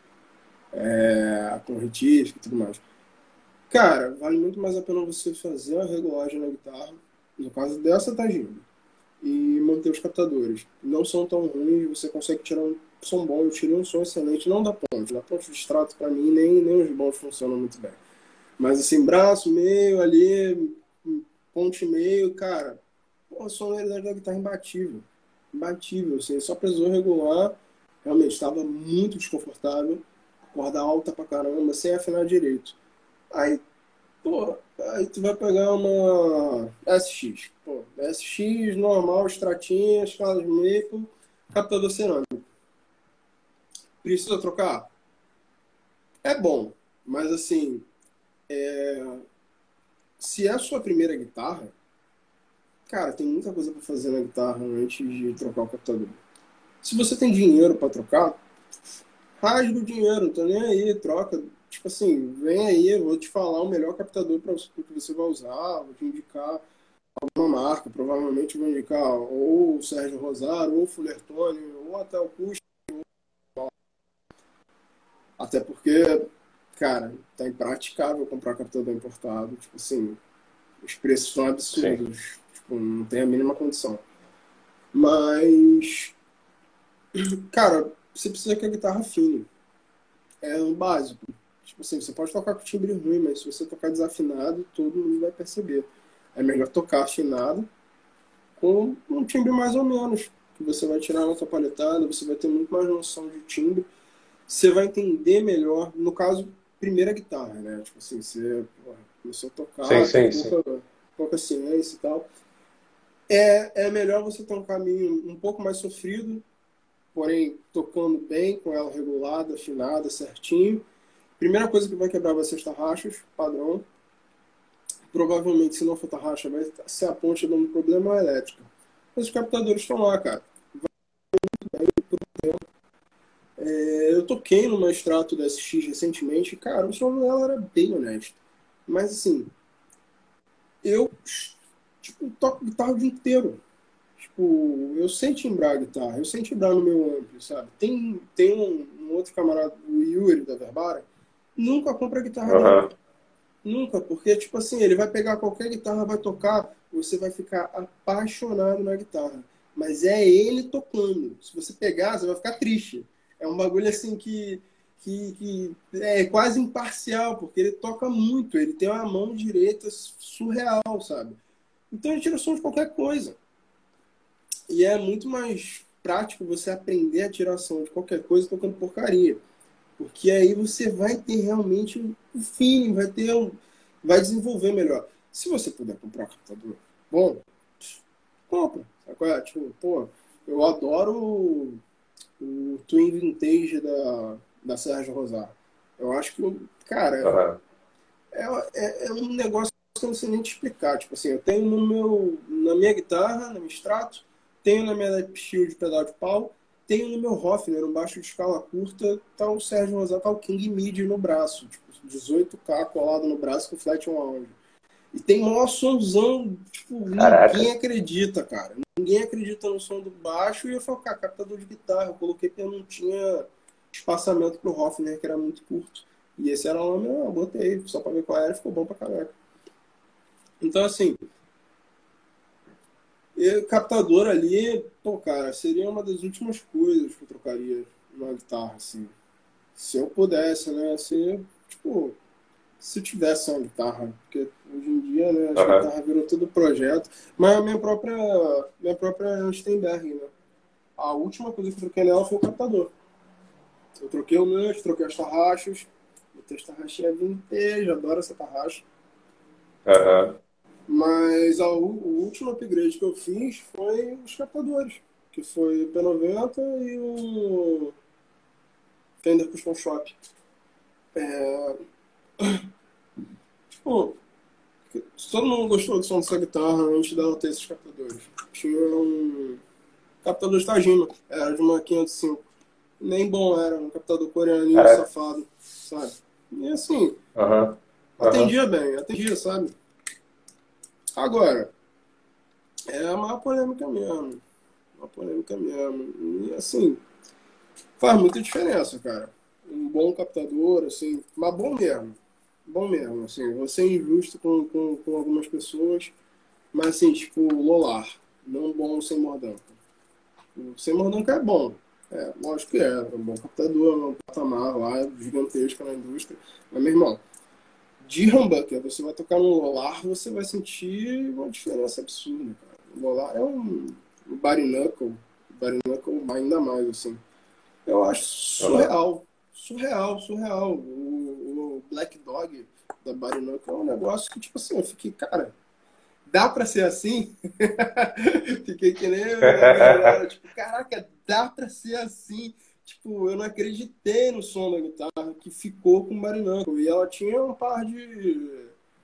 É, com retífica e tudo mais. Cara, vale muito mais a pena você fazer a regulagem na guitarra, no caso dessa Tajima, e manter os captadores. Não são tão ruins, você consegue tirar um som bom. Eu tirei um som excelente, não da ponte. Da ponte de extrato, pra mim, nem, nem os bons funcionam muito bem. Mas assim, braço, meio, ali, ponte meio, cara, pô, a sonoridade da guitarra é imbatível. Imbatível, assim, só precisou regular. Realmente, estava muito desconfortável. Corda alta pra caramba, sem afinar direito. Aí, pô, aí tu vai pegar uma S X. Pô, S X, normal, extratinha, escala de maple, captador cerâmico. Precisa trocar? É bom, mas assim, é... se é a sua primeira guitarra, cara, tem muita coisa pra fazer na guitarra antes de trocar o captador. Se você tem dinheiro pra trocar, rasga o dinheiro, não tô nem aí, troca. Tipo assim, vem aí, eu vou te falar o melhor captador para o que você vai usar, vou te indicar alguma marca, provavelmente vou indicar ou o Sérgio Rosário, ou o Fullertone, ou até o Custer. Até porque, cara, tá impraticável comprar captador importado. Tipo assim, os preços são absurdos. Sim. Tipo, não tem a mínima condição. Mas, cara, você precisa que a guitarra afine. É o básico. Tipo assim, você pode tocar com timbre ruim, mas se você tocar desafinado, todo mundo vai perceber. É melhor tocar afinado com um timbre mais ou menos, que você vai tirar na sua paletada, você vai ter muito mais noção de timbre. Você vai entender melhor, no caso, primeira guitarra, né? Tipo assim, você porra, começou a tocar, sim, sim, tem sim. pouca, pouca ciência e tal. É, é melhor você ter um caminho um pouco mais sofrido, porém tocando bem, com ela regulada, afinada, certinho. Primeira coisa que vai quebrar vai ser os tarrachos, padrão. Provavelmente, se não for tarraxa, vai ser a ponte dando problema elétrico. Mas os captadores estão lá, cara. Vai muito bem por um tempo. É, eu toquei numa extrato da S X recentemente, cara, o som dela era bem honesto. Mas assim, eu tipo, toco guitarra o dia inteiro. Tipo, eu sei timbrar a guitarra, eu sei timbrar no meu amplo, sabe? Tem, tem um, um outro camarada, o Yuri da Verbara, nunca compra guitarra uhum. nova. Nunca, porque, tipo assim, ele vai pegar qualquer guitarra, vai tocar, você vai ficar apaixonado na guitarra. Mas é ele tocando. Se você pegar, você vai ficar triste. É um bagulho, assim, que, que, que é quase imparcial, porque ele toca muito. Ele tem uma mão direita surreal, sabe? Então ele tira som de qualquer coisa. E é muito mais prático você aprender a tirar som de qualquer coisa tocando porcaria. Porque aí você vai ter realmente o feeling, vai ter um, vai desenvolver melhor. Se você puder comprar um captador bom, compra. Sabe qual é? Tipo, pô, eu adoro o, o Twin Vintage da, da Sérgio Rosar. Eu acho que, cara, Aham. é, é, é um negócio que eu não sei nem te explicar. Tipo assim, eu tenho no meu, na minha guitarra, na minha Strato, tenho na minha Lap Shield pedal de pau, tenho no meu Hofner, um baixo de escala curta, tá o Sérgio Rosar, tá o King Midi no braço, tipo, dezoito K colado no braço com flat one. E tem maior somzão, tipo, Caraca. ninguém acredita, cara. Ninguém acredita no som do baixo e eu falo, cara, captador de guitarra, eu coloquei porque eu não tinha espaçamento pro Hofner, que era muito curto. E esse era o nome, eu botei só pra ver qual era, ficou bom pra caraca. Então, assim, e captador ali, pô, cara, seria uma das últimas coisas que eu trocaria na guitarra, assim. Se eu pudesse, né? Se, tipo, se tivesse uma guitarra, porque hoje em dia, né, as Aham. guitarras viram tudo projeto, mas a minha própria, minha própria Steinberg, né? A última coisa que eu troquei nela foi o captador. Eu troquei o meu, troquei as tarraxas, botei as tarraxinhas vintage, adoro essa tarraxa. Aham. Mas a, o último upgrade que eu fiz foi os captadores, que foi o P noventa e o Fender Custom Shop. É, tipo, se todo mundo gostou do som dessa guitarra antes dela ter esses captadores. Tinha um captador de Tajima, era de uma quinhentos e cinco. Nem bom era, um captador coreaninho Caraca. safado, sabe? E assim, Aham. Aham. atendia bem, atendia, sabe? Agora, é uma polêmica mesmo. Uma polêmica mesmo. E assim, faz muita diferença, cara. Um bom captador, assim, mas bom mesmo. Bom mesmo, assim. Vou ser injusto com, com, com algumas pessoas, mas assim, tipo, Lolar. Não bom sem mordanca. O sem mordanca é bom. É, lógico que é. É um bom captador, é um patamar lá gigantesco na indústria. Mas, meu irmão, de humbucker, você vai tocar no Lolar, você vai sentir uma diferença absurda, cara. O Lolar é um, um body knuckle, body knuckle ainda mais, assim. Eu acho Aham. surreal. Surreal, surreal. O, o Black Dog da Body Knuckle é um negócio que, tipo assim, eu fiquei, cara, dá pra ser assim? Fiquei que nem a galera, tipo, caraca, dá pra ser assim? Tipo, eu não acreditei no som da guitarra que ficou com Body Knuckle. E ela tinha um par de.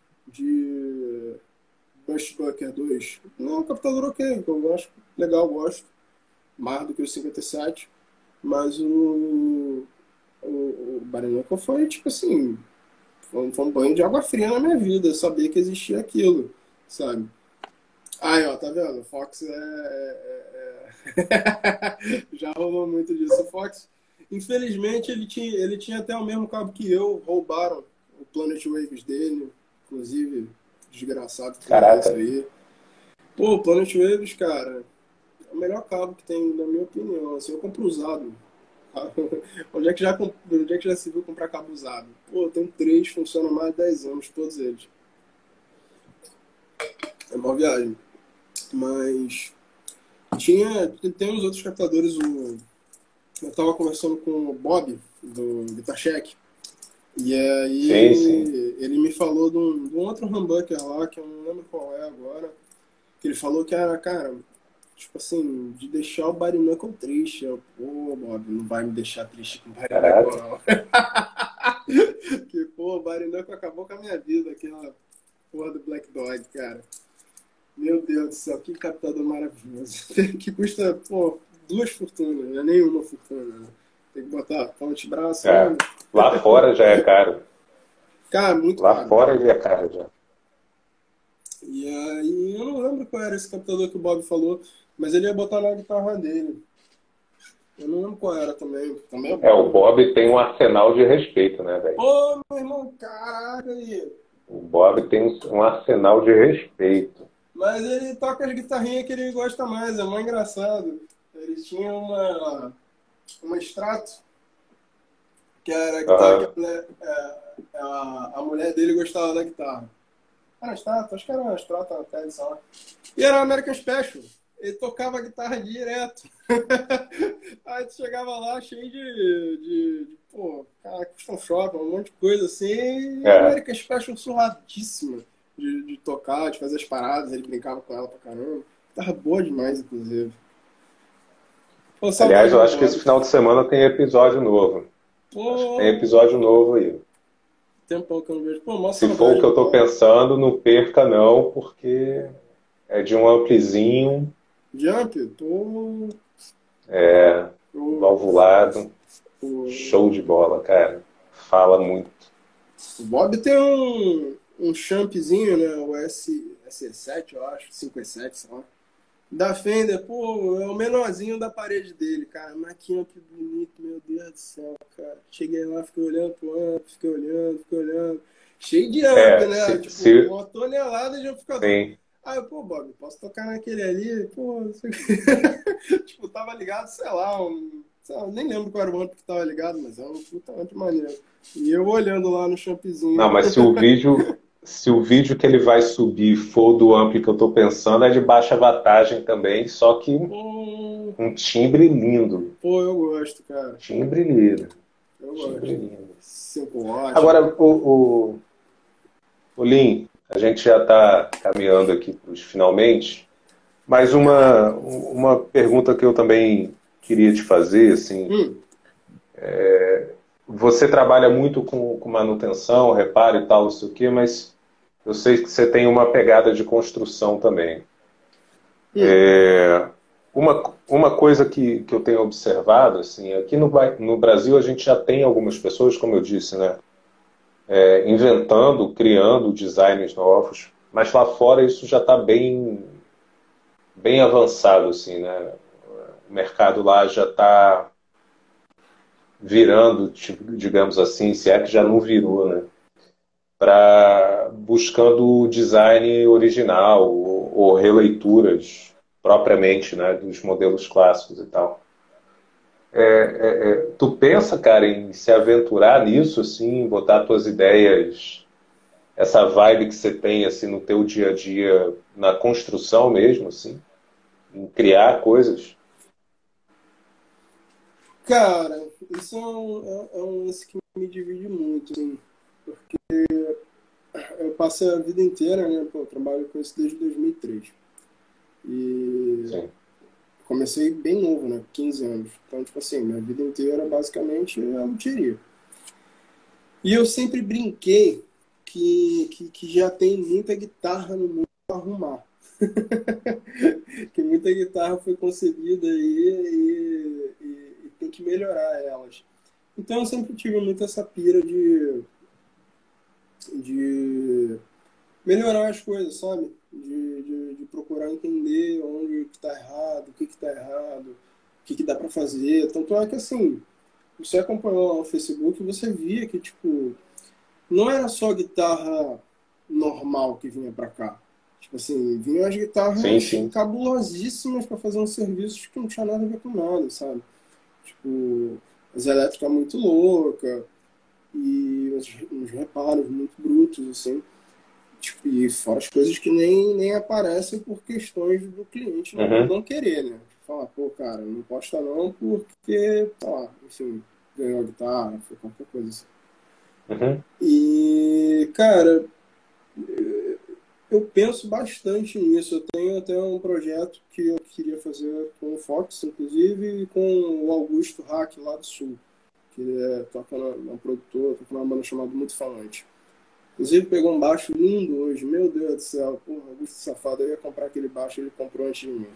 de. Bushbucker dois. Não, é um captador ok, que eu gosto. Legal, gosto. Mais do que o cinquenta e sete. Mas o, o, o Bariloche foi, tipo assim, foi, foi um banho de água fria na minha vida, saber que existia aquilo, sabe? Aí, ó, tá vendo? O Fox é, é- é- já rolou muito disso. O Fox, infelizmente, ele tinha, ele tinha até o mesmo cabo que eu, roubaram o Planet Waves dele, inclusive, desgraçado que é isso Caraca. aí. Pô, o Planet Waves, cara, é o melhor cabo que tem, na minha opinião. Assim, eu compro usado. Onde é que já, onde é que já se viu comprar cabo usado? Pô, eu tenho três, funcionam há mais de dez anos, todos eles. É uma viagem. Mas tinha, tem os outros captadores. O, eu tava conversando com o Bob, do Guitar Check, e Sim, sim. aí ele me falou de um, de um outro humbucker lá, que eu não lembro qual é agora, que ele falou que era, cara, tipo assim, de deixar o Body Knuckle triste. Eu, pô, Bob, não vai me deixar triste com o Body Knuckle, Caraca. não. Que, pô, o Barinoco acabou com a minha vida, aquela porra do Black Dog, cara. Meu Deus do céu, que captador maravilhoso. Que custa, pô, duas fortunas, não é nenhuma fortuna, né? Tem que botar ponte braço É. ainda. Lá fora já é caro. Cara, muito Lá caro. fora já é caro já. E aí, eu não lembro qual era esse captador que o Bob falou, mas ele ia botar na guitarra dele. Eu não lembro qual era também. Também é É, o bom. Bob tem um arsenal de respeito, né, velho? Ô, meu irmão, caraca aí. O Bob tem um, um arsenal de respeito. Mas ele toca as guitarrinhas que ele gosta mais, é mais engraçado. Ele tinha uma, uma Strato, que era a guitarra que a Aham. mulher, é, a, a mulher dele gostava da guitarra. Era Strato, acho que era uma Strato até, sei lá. E era American Special. Ele tocava a guitarra direto. Aí tu chegava lá cheio de, de, de pô, cara, custom shop, um monte de coisa assim. E a É. American Special surradíssima de, de tocar, de fazer as paradas. Ele brincava com ela pra caramba. Guitarra boa demais, inclusive. Pô, Aliás, saudade eu do acho que esse Bob. final de semana tem episódio novo. Acho que tem Pô, episódio novo aí. tempão que eu não vejo. Pô, mó Se for o saudade que eu do tô Bob. pensando, não perca não, porque é de um amplizinho, Jump, pô, pô, valvulado, pô. show de bola, cara. Fala muito. O Bob tem um, um champzinho, né? O S, S E sete, eu acho, cinco E sete, sei lá. Da Fender, pô, é o menorzinho da parede dele, cara. Mas que amp bonito, meu Deus do céu, cara. Cheguei lá, fiquei olhando pro amp, fiquei olhando, fiquei olhando. Cheio de amp, É, né? se, Tipo, se uma tonelada de amplificador. sim, Aí eu, pô, Bob, posso tocar naquele ali? Pô, não sei o quê. Tipo, tava ligado, sei lá, um, sei lá, nem lembro qual era o amp que tava ligado, mas é um puta amp maneiro. E eu olhando lá no não, champzinho. mas se o vídeo, se o vídeo que ele vai subir for do ampli que eu tô pensando, é de baixa wattagem também, só que um, Pô, um timbre lindo. pô, eu gosto, cara. Timbre lindo. Eu Timbre gosto. lindo. Cinco watts. Agora, o, o, o Lin, a gente já está caminhando aqui para os finalmente, mas uma, uma pergunta que eu também queria te fazer, assim, Hum, você trabalha muito com, com manutenção, reparo e tal, não sei o quê, mas eu sei que você tem uma pegada de construção também. hum. Uma, uma coisa que, que eu tenho observado, assim, aqui no, Ba- no Brasil a gente já tem algumas pessoas, como eu disse, né, é, inventando, criando designs novos, mas lá fora isso já está bem, bem avançado, assim, né? O mercado lá já está virando, tipo, digamos assim, se é que já não virou, né? Para buscando o design original ou, ou releituras propriamente, né, dos modelos clássicos e tal. Tu pensa, cara, em se aventurar nisso, assim, botar tuas ideias, essa vibe que você tem assim no teu dia a dia, na construção mesmo, assim, em criar coisas? Cara, isso é um, é, é um lance que me divide muito, assim, porque eu passei a vida inteira, né? Pô, eu trabalho com isso desde dois mil e três. E Sim. comecei bem novo, né? quinze anos. Então, tipo assim, minha vida inteira basicamente é luthieria. E eu sempre brinquei que, que, que já tem muita guitarra no mundo pra arrumar. Que muita guitarra foi concebida aí e, e, e tem que melhorar elas. Então eu sempre tive muito essa pira de, de melhorar as coisas, sabe? De, de, de procurar entender onde que tá errado, o que que tá errado, o que que dá pra fazer. Tanto é que assim, você acompanhou lá no Facebook, você via que, tipo, não era só guitarra normal que vinha pra cá. Tipo assim, vinham as Sim, guitarras sim. cabulosíssimas pra fazer uns serviços que não tinha nada a ver com nada, sabe? Tipo, as elétricas muito louca e uns, uns reparos muito brutos, assim. Tipo, e fora as coisas que nem, nem aparecem por questões do cliente não, Uhum, não querer, né? Falar, pô, cara, não posta não porque, sei lá, enfim, ganhou a guitarra, foi qualquer coisa assim. uhum, E, cara, eu penso bastante nisso. Eu tenho até um projeto que eu queria fazer com o Fox, inclusive, e com o Augusto Hack, lá do Sul, que ele é, toca na, na produtora, toca numa banda chamada Muito Falante. Inclusive, pegou um baixo lindo hoje. Meu Deus do céu. Porra, Augusto Safado, eu ia comprar aquele baixo, ele comprou antes de mim.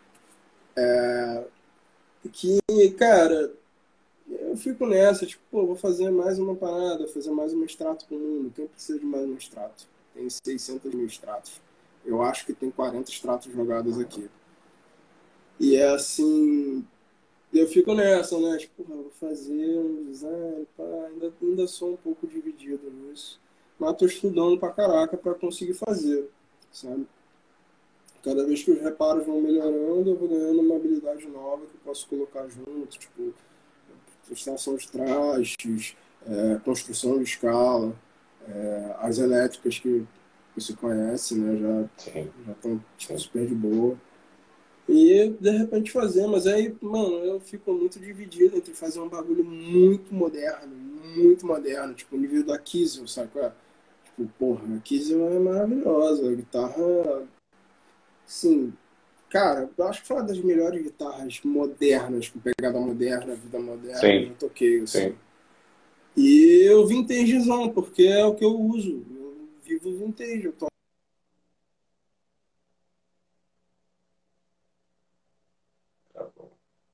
Que, cara, eu fico nessa, tipo, pô, vou fazer mais uma parada, fazer mais um extrato pro mundo. Quem precisa de mais um extrato? Tem seiscentos mil extratos. Eu acho que tem quarenta extratos jogados aqui. E é assim, eu fico nessa, né? Tipo, porra, vou fazer um design, pá, ainda, ainda sou um pouco dividido nisso. mas tô estudando pra caraca pra conseguir fazer, sabe? Cada vez que os reparos vão melhorando, eu vou ganhando uma habilidade nova que eu posso colocar junto, tipo, instalação de trastes, é, construção de escala, é, as elétricas que você conhece, né, já Sim. já estão tipo, super de boa. E de repente fazer, mas aí, mano, eu fico muito dividido entre fazer um bagulho muito moderno, muito moderno, tipo o nível da Kiesel, sabe qual é? Tipo, porra, a Kiesel é maravilhosa, a guitarra, sim, cara, eu acho que foi uma das melhores guitarras modernas, com pegada moderna, vida moderna, que eu Sim, já toquei, assim. sim. E eu vintagezão, porque é o que eu uso, eu vivo vintage, eu toco. Tá bom.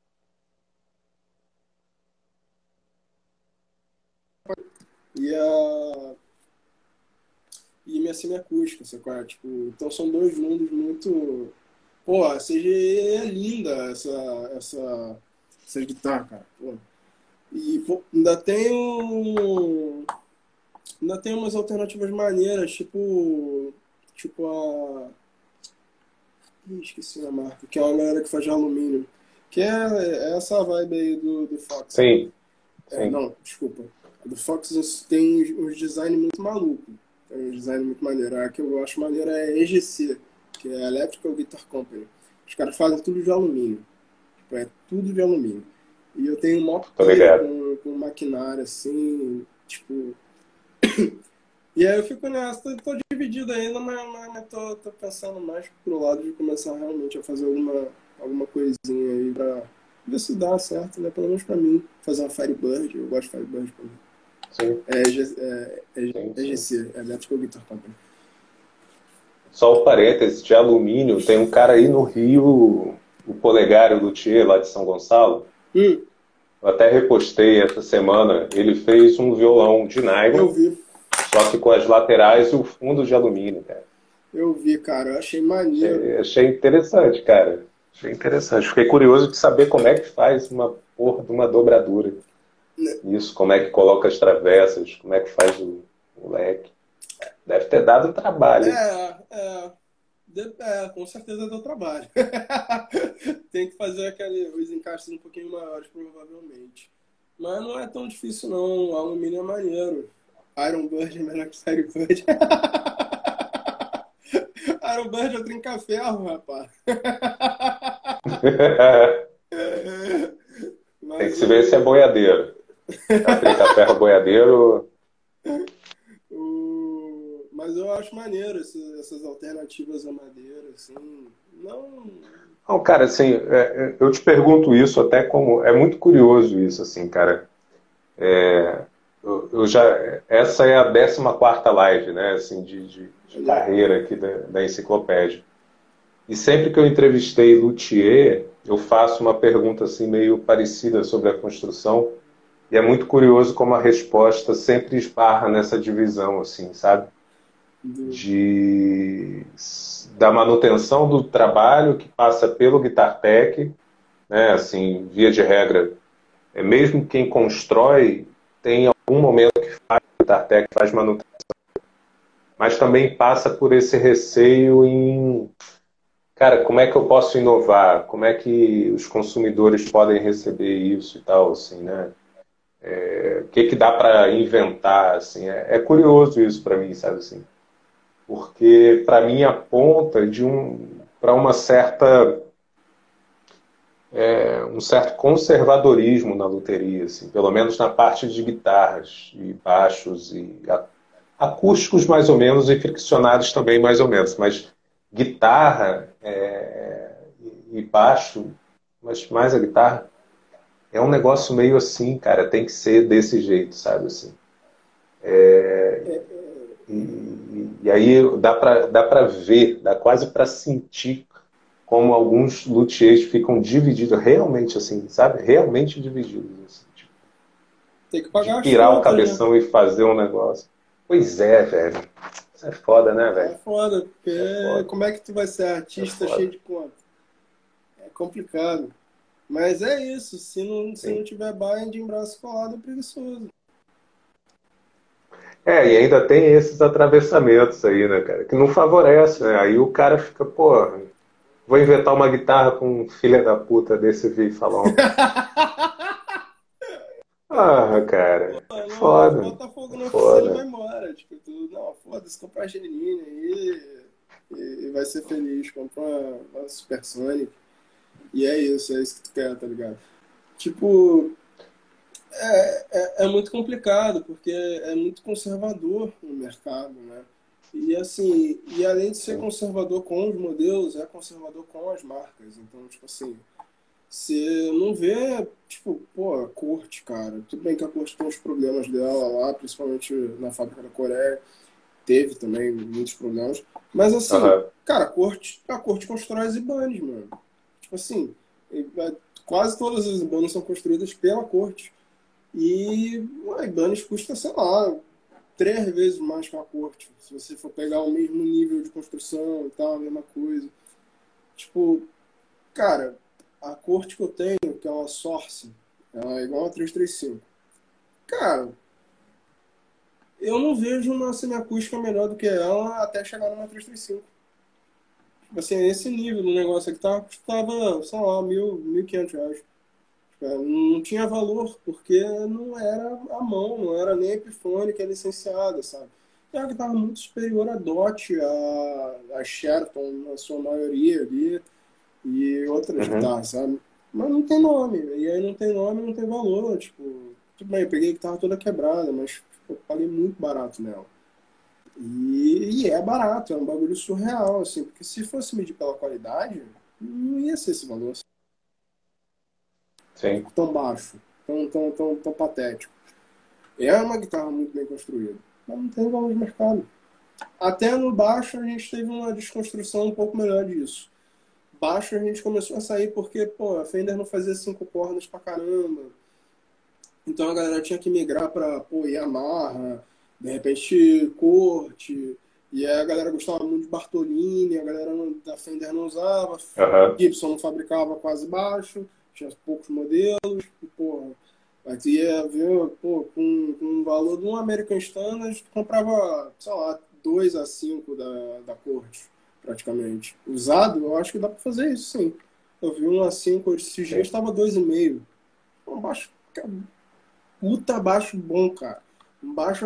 E a e minha semiacústica, sacou? Tipo, então são dois mundos muito. Pô, a C G E é linda, essa, essa, essa guitarra, cara. Pô. E pô, ainda tem um, ainda tem umas alternativas maneiras, tipo, tipo a, ih, esqueci a marca, que é uma galera que faz de alumínio, que é, é essa vibe aí do, do Fox, né? Sim, É, sim. não, desculpa. A do Fox tem uns design muito maluco. Tem um design muito maneiro. A que eu acho maneira é E G C, que é Electrical Guitar Company. Os caras fazem tudo de alumínio. Tipo, é tudo de alumínio. E eu tenho uma Tô pira ligado. com, com maquinário, assim, tipo... E aí eu fico nessa, tô, tô dividido ainda, mas, mas, mas tô, tô pensando mais pro lado de começar realmente a fazer alguma, alguma coisinha aí pra ver se dá certo, né? Pelo menos pra mim. Fazer uma Firebird, eu gosto de Firebird pra mim. Sim, É, G- é, é, sim, é sim. G C, é Electrical Guitar Company. Só um parênteses, de alumínio, tem um cara aí no Rio, o Polegário Luthier, lá de São Gonçalo. Hum, Eu até repostei essa semana. Ele fez um violão de eu nylon, vi, só que com as laterais e o fundo de alumínio, cara. eu vi, cara, eu achei maneiro. Achei, achei interessante, cara. Achei interessante. Fiquei curioso de saber como é que faz uma porra de uma dobradura. Isso, como é que coloca as travessas, como é que faz o, o leque. Deve ter dado trabalho, hein? É, é, de- é, com certeza deu trabalho. Tem que fazer aquele, os encaixes um pouquinho maiores, provavelmente. Mas não é tão difícil, não. O alumínio é maneiro. Iron Bird é melhor que Firebird. Iron Bird é trinca-ferro, rapaz. Tem que Mas se ver se é o, boiadeiro. A trinca-ferro boiadeiro. o... Mas eu acho maneiro essas, essas alternativas à madeira, assim. Não. Não, cara, assim, é, é, eu te pergunto isso até como. É muito curioso isso, assim, cara. Eu, eu já, essa é a décima quarta live, né, assim, de, de, de Olha, carreira aqui da, da enciclopédia. E sempre que eu entrevistei luthier, eu faço uma pergunta assim meio parecida sobre a construção. E é muito curioso como a resposta sempre esbarra nessa divisão, assim, sabe? do... De da manutenção do trabalho que passa pelo Guitar Tech, né? Assim, via de regra, é mesmo quem constrói tem algum momento que faz Guitar Tech, faz manutenção, mas também passa por esse receio em, cara, como é que eu posso inovar? Como é que os consumidores podem receber isso e tal, assim, né? O que que dá para inventar, assim? É, é curioso isso para mim, sabe assim? Porque para mim aponta de um para uma certa é, um certo conservadorismo na luteria, assim, pelo menos na parte de guitarras e baixos e a- acústicos mais ou menos e friccionados também mais ou menos, mas guitarra é, e e baixo, mas mais a guitarra é um negócio meio assim, cara, tem que ser desse jeito, sabe assim. E, e aí dá para dá para ver, dá quase para sentir como alguns luthiers ficam divididos, realmente assim, sabe? Realmente divididos. Assim, tipo, Tem que de pagar as pirar o contas, né? cabeção e fazer um negócio. Pois é, velho. Isso é foda, né, É velho? foda, Isso é porque foda. como é que tu vai ser Isso é artista cheio foda. de conta? É complicado. Mas é isso, se não, se não Sim. tiver bind em braço colado, é preguiçoso. É, e ainda tem esses atravessamentos aí, né, cara? Que não favorece, né? Aí o cara fica, pô, vou inventar uma guitarra com um filho da puta desse vir falar uma. Ah, cara, é Não, foda. bota fogo É na oficina e foda. vai embora. Tipo, tu, não, foda-se, compra a Genuine aí e, e vai ser feliz. Compra uma, uma Supersonic. E é isso, é isso que tu quer, tá ligado? Tipo, é, é muito complicado, porque é muito conservador o mercado, né? E assim, e além de ser Sim. conservador com os modelos, é conservador com as marcas. Então, tipo assim, você não vê, tipo, pô, a Corte, cara. Tudo bem que a Corte tem os problemas dela lá, principalmente na fábrica da Coreia. Teve também muitos problemas. Mas assim, Aham. cara, a Corte, a Corte constrói as Ibanez, mano. Tipo assim, quase todas as Ibanez são construídas pela Corte. E a Ibanez custa, sei lá, três vezes mais que a Corte. Se você for pegar o mesmo nível de construção e tal, a mesma coisa. Tipo, cara, a Corte que eu tenho, que é uma Source, ela é igual a trezentos e trinta e cinco. Cara, eu não vejo uma semiacústica melhor do que ela até chegar numa trezentos e trinta e cinco. Tipo assim, é esse nível do negócio aqui tá, custava, sei lá, mil, mil e quinhentos reais. É, não tinha valor, porque não era a mão, não era nem a Epiphone que é licenciada, sabe? É uma guitarra muito superior à Dot, a, a Sherton, na sua maioria ali, e outras Uhum. guitarras, sabe? Mas não tem nome, e aí não tem nome, não tem valor, tipo... Tudo bem, eu peguei a guitarra toda quebrada, mas tipo, eu paguei muito barato nela. E, e é barato, é um bagulho surreal, assim, porque se fosse medir pela qualidade, não ia ser esse valor Sim. tão baixo, tão, tão, tão, tão patético. É uma guitarra muito bem construída, mas não tem valor de mercado. Até no baixo a gente teve uma desconstrução um pouco melhor disso. Baixo a gente começou a sair porque, pô, a Fender não fazia cinco cordas pra caramba. Então a galera tinha que migrar pra, pô, Yamaha, de repente Corte. E aí a galera gostava muito de Bartolini, a galera da Fender não usava. Aham. Gibson não fabricava quase baixo, tinha poucos modelos. E, porra, mas ia ver, pô, com, com o valor de um American Standard, tu comprava, sei lá, dois a cinco da, da Corte, praticamente. Usado, eu acho que dá pra fazer isso, sim. Eu vi um a cinco esses dias, Sim. estava dois e meio. Um baixo, puta baixo bom, cara. Um baixo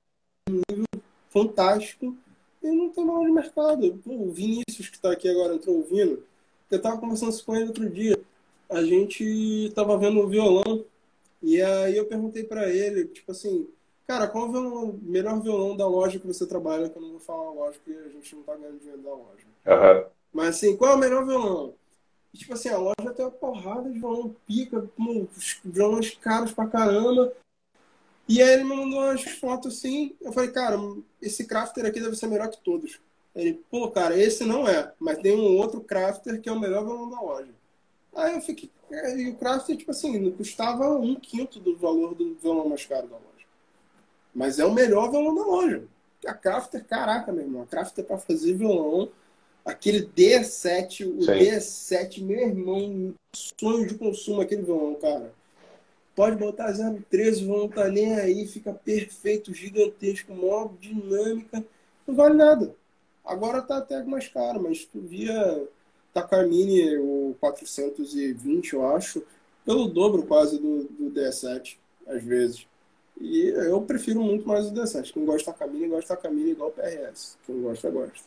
fantástico e não tem valor de mercado. Pô, o Vinícius, que está aqui agora, entrou ouvindo. Eu tava conversando isso com ele outro dia. A gente tava vendo o violão e aí eu perguntei para ele, tipo assim, cara, qual é o violão, melhor violão da loja que você trabalha? Que eu não vou falar a loja, porque a gente não tá ganhando dinheiro da loja. Aham. Mas assim, qual é o melhor violão? E, tipo assim, a loja tem uma porrada de violão pica, com violões caros pra caramba. E aí ele me mandou umas fotos assim. Eu falei, cara, esse crafter aqui deve ser melhor que todos. Ele, pô, cara, esse não é, mas tem um outro crafter que é o melhor violão da loja. Aí eu fiquei. E o crafter, tipo assim, não custava um quinto do valor do violão mais caro da loja. Mas é o melhor violão da loja. A crafter, caraca, meu irmão, a crafter pra fazer violão. Aquele D sete, o Sim. D sete, meu irmão, sonho de consumo aquele violão, cara. Pode botar zero treze, vão estar nem aí, fica perfeito, gigantesco, maior dinâmica, não vale nada. Agora tá até mais caro, mas tu via Takamine, o quatrocentos e vinte, eu acho, pelo dobro quase do, do D sete, às vezes. E eu prefiro muito mais o D sete. Quem gosta de Takamine, gosta de Takamine igual o P R S. Quem gosta, gosta.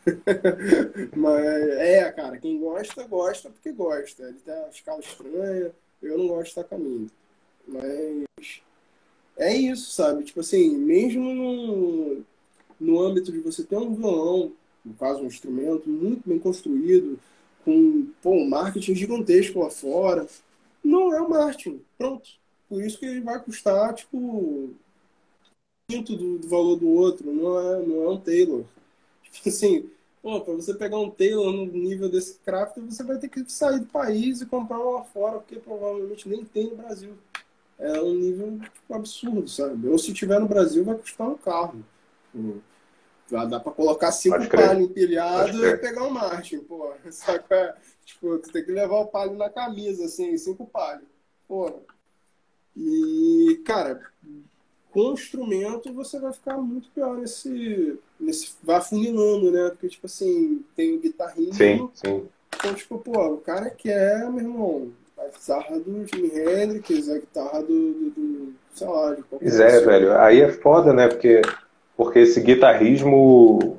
Mas é, cara, quem gosta, gosta porque gosta. Ele tem a escala estranha, eu não gosto de Takamine. Mas é isso, sabe? Tipo assim, mesmo no, no âmbito de você ter um violão, no caso um instrumento muito bem construído, com pô, um marketing gigantesco lá fora, não é o marketing, pronto. Por isso que ele vai custar, tipo, quinto do, do valor do outro, não é, não é um Taylor. Tipo assim, pô, pra você pegar um Taylor no nível desse crafter, você vai ter que sair do país e comprar um lá fora, porque provavelmente nem tem no Brasil. É um nível tipo, absurdo, sabe? Ou se tiver no Brasil, vai custar um carro. Hum. Vai dar pra colocar cinco Pode crer. palio Pode empilhado e crer. pegar um Martin, pô. Saca? Tipo, tu tem que levar o palio na camisa, assim, cinco palio. Porra. E, cara, com o instrumento você vai ficar muito pior nesse, nesse vai afunilando, né? Porque, tipo assim, tem o Sim, guitarrismo, sim. então, tipo, pô, o cara quer, meu irmão, a guitarra do Jimi Hendrix, a guitarra do, do, do sei lá, de qualquer Pois é, pessoa. velho. Aí é foda, né? Porque, porque esse guitarrismo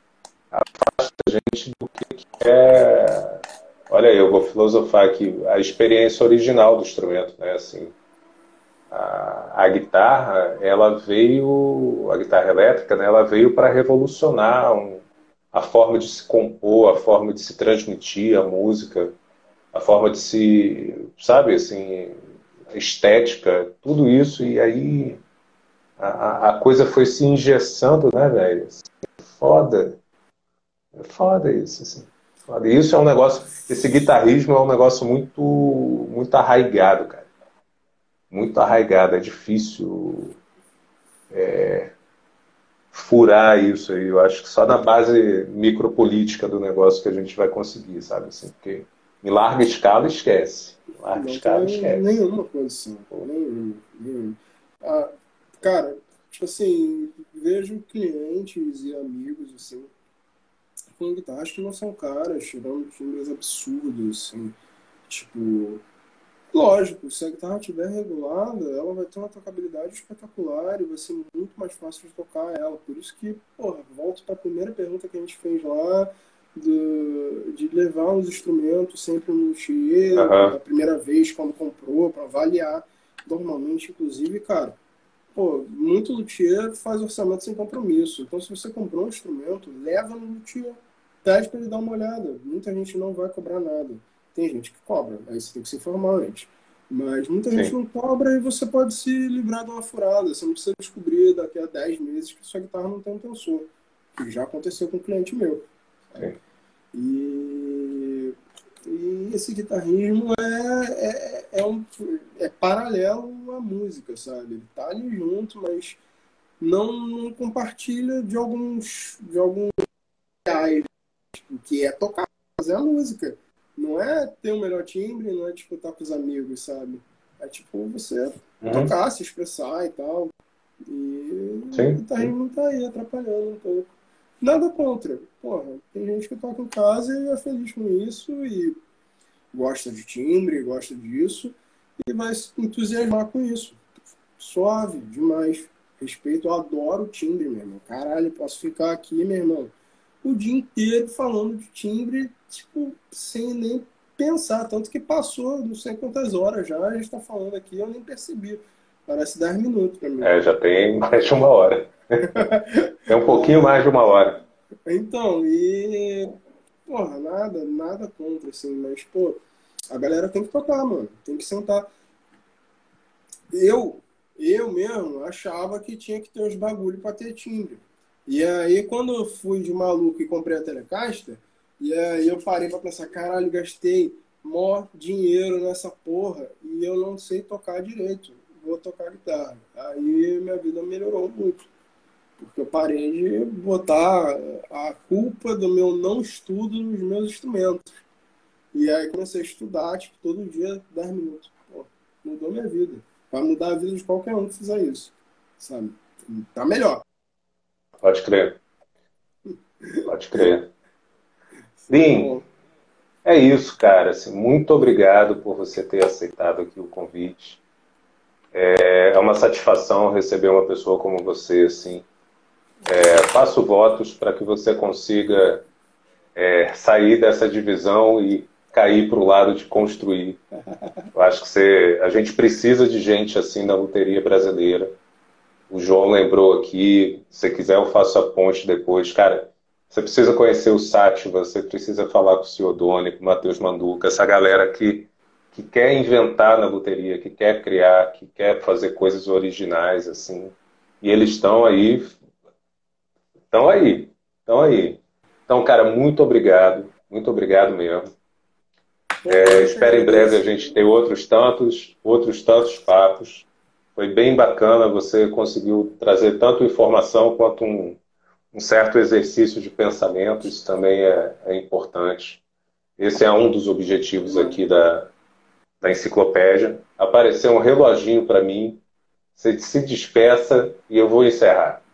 do que é. Olha aí, eu vou filosofar aqui. A experiência original do instrumento, né? Assim, a, a guitarra, ela veio, a guitarra elétrica, né? Ela veio para revolucionar um, a forma de se compor, a forma de se transmitir a música, a forma de se, sabe, assim, a estética, tudo isso. E aí a, a coisa foi se engessando, né, velho? Foda. É foda isso, assim. Foda. E isso é um negócio, esse guitarrismo é um negócio muito, muito arraigado, cara. Muito arraigado. É difícil furar isso aí. Eu acho que só na base micropolítica do negócio que a gente vai conseguir, sabe? Assim, porque em larga escala, esquece. Em larga Não escala, tem esquece. nenhuma condição. Nenhuma. Nenhuma. Ah, cara, tipo assim, vejo clientes e amigos, assim, com guitarras que não são caras, tirando timbres absurdos, assim. Tipo, lógico, se a guitarra estiver regulada, ela vai ter uma tocabilidade espetacular e vai ser muito mais fácil de tocar ela. Por isso que, porra, volto para a primeira pergunta que a gente fez lá, do, de levar os instrumentos sempre no luthier, Aham. da primeira vez quando comprou, para avaliar. Normalmente, inclusive, cara, pô, muito luthier faz orçamento sem compromisso. Então, se você comprou um instrumento, leva no luthier, pede para ele dar uma olhada. Muita gente não vai cobrar nada. Tem gente que cobra, aí você tem que se informar antes. Mas muita gente Sim, não cobra e você pode se livrar de uma furada. Você não precisa descobrir daqui a dez meses que sua guitarra não tem um tensor. Que já aconteceu com um cliente meu. Sabe? sim. E, e esse guitarrismo é, é, é, um, é paralelo à música, sabe? Ele tá ali junto, mas não, não compartilha de alguns, de alguns reais, que é tocar, fazer a música. Não é ter o melhor timbre, não é disputar com os amigos, sabe? É tipo você Uhum. tocar, se expressar e tal. E o Sim, sim. guitarrismo tá aí atrapalhando um pouco. Nada contra. Porra, tem gente que toca em casa e é feliz com isso e gosta de timbre, gosta disso e vai se entusiasmar com isso. Suave, demais. Respeito, eu adoro timbre, meu irmão. Caralho, posso ficar aqui, meu irmão, o dia inteiro falando de timbre, tipo, sem nem pensar. Tanto que passou não sei quantas horas já, a gente tá falando aqui, eu nem percebi. Parece dez minutos pra mim. É, já tem mais de uma hora. Tem um pouquinho mais Ah, de uma hora. então, e porra, nada, nada contra, assim, mas, pô, a galera tem que tocar, mano, tem que sentar. Eu, eu mesmo achava que tinha que ter os bagulho pra ter timbre. E aí, quando eu fui de maluco e comprei a Telecaster, e aí eu parei pra pensar, caralho, gastei mó dinheiro nessa porra e eu não sei tocar direito. Vou tocar guitarra. Aí minha vida melhorou muito. Porque eu parei de botar a culpa do meu não estudo nos meus instrumentos. E aí comecei a estudar, tipo, todo dia, dez minutos. Pô, mudou minha vida. Vai mudar a vida de qualquer um que fizer isso. Sabe? Tá melhor. Pode crer, pode crer. Isso é Lim, bom. é isso, cara. Assim, muito obrigado por você ter aceitado aqui o convite. É uma satisfação receber uma pessoa como você, assim. É, faço votos para que você consiga é, sair dessa divisão e cair para o lado de construir. Eu acho que você, a gente precisa de gente assim na loteria brasileira. O João lembrou aqui, se você quiser eu faço a ponte depois. Cara, você precisa conhecer o Sátiva, você precisa falar com o senhor Doni, com o Matheus Manduca, essa galera que, que quer inventar na loteria, que quer criar, que quer fazer coisas originais, assim. E eles estão aí, estão aí, estão aí. Então, cara, muito obrigado, muito obrigado mesmo. Pô, Eu eu que espero em breve a agradeço. gente ter outros tantos, outros tantos papos. Foi bem bacana, você conseguiu trazer tanto informação quanto um, um certo exercício de pensamento, isso também é, é importante. Esse é um dos objetivos Demais. aqui da, da enciclopédia. Apareceu um reloginho para mim, Você se despeça e eu vou encerrar.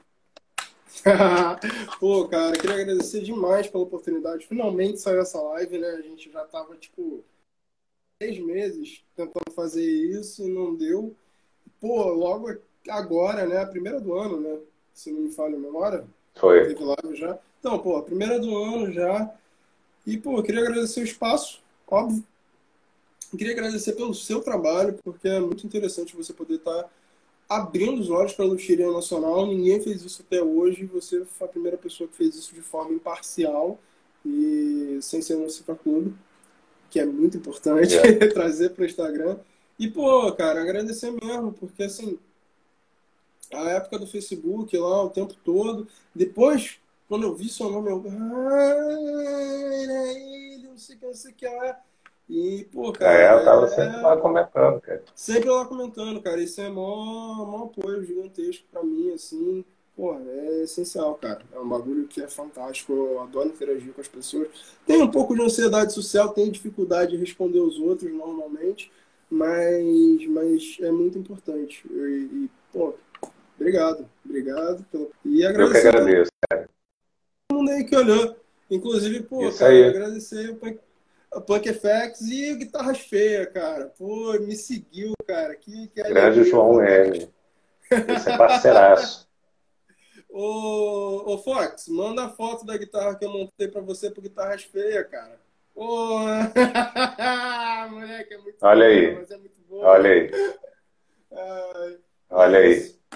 Pô, cara, queria agradecer demais pela oportunidade. Finalmente saiu essa live, né? A gente já tava, tipo, seis meses tentando fazer isso e não deu. Pô, logo agora, né? A primeira do ano, né? Se não me falha a memória, Foi. teve live já. Então, pô, a primeira do ano já. E, pô, queria agradecer o espaço, óbvio. Queria agradecer pelo seu trabalho, porque é muito interessante você poder estar abrindo os olhos para a luxaria nacional. Ninguém fez isso até hoje. Você foi a primeira pessoa que fez isso de forma imparcial e sem ser um cifra-clube, que é muito importante Yeah. trazer para o Instagram. E, pô, cara, agradecer mesmo, porque, assim, a época do Facebook lá, o tempo todo. Depois, quando eu vi seu nome, eu... Ah, era ele, não sei o que, não sei o que lá. E, pô, É, cara, eu tava sempre lá é... comentando, cara. Sempre lá comentando, cara. Isso é maior, maior apoio gigantesco pra mim, assim. Pô, é essencial, cara. É um bagulho que é fantástico. Eu adoro interagir com as pessoas. Tenho um pouco de ansiedade social, tenho dificuldade de responder os outros normalmente, mas, mas é muito importante. E, e, pô, obrigado. Obrigado. Pelo... E Eu que agradecer a todo agradeço. mundo aí que olhou. Inclusive, pô, Isso cara, aí. agradecer o Punk, o Punk F X e o Guitarras Feias, cara. Pô, me seguiu, cara. Que, que Grande alegria João poder. M. Esse é parceiraço. Ô, ô, Fox, manda a foto da guitarra que eu montei pra você pro Guitarras Feias, cara. Pô, moleque, é muito Olha boa, aí. mas é muito Olha boa. aí. Ai, é Olha aí. isso.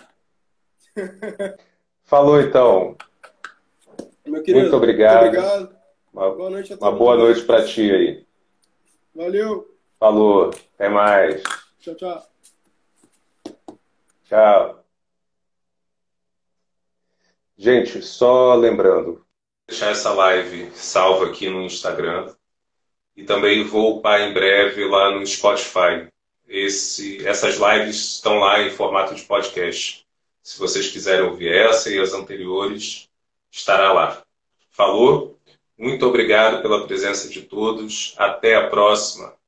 Falou, então. Meu Muito querido, muito obrigado. obrigado. Uma, Boa noite a uma todo boa mundo noite aí. para ti aí. Valeu. Falou. Até mais. Tchau, tchau. Tchau. Gente, só lembrando, vou deixar essa live salva aqui no Instagram e também vou upar em breve lá no Spotify. Esse, essas lives estão lá em formato de podcast. Se vocês quiserem ouvir essa e as anteriores, estará lá. Falou? Muito obrigado pela presença de todos. Até a próxima.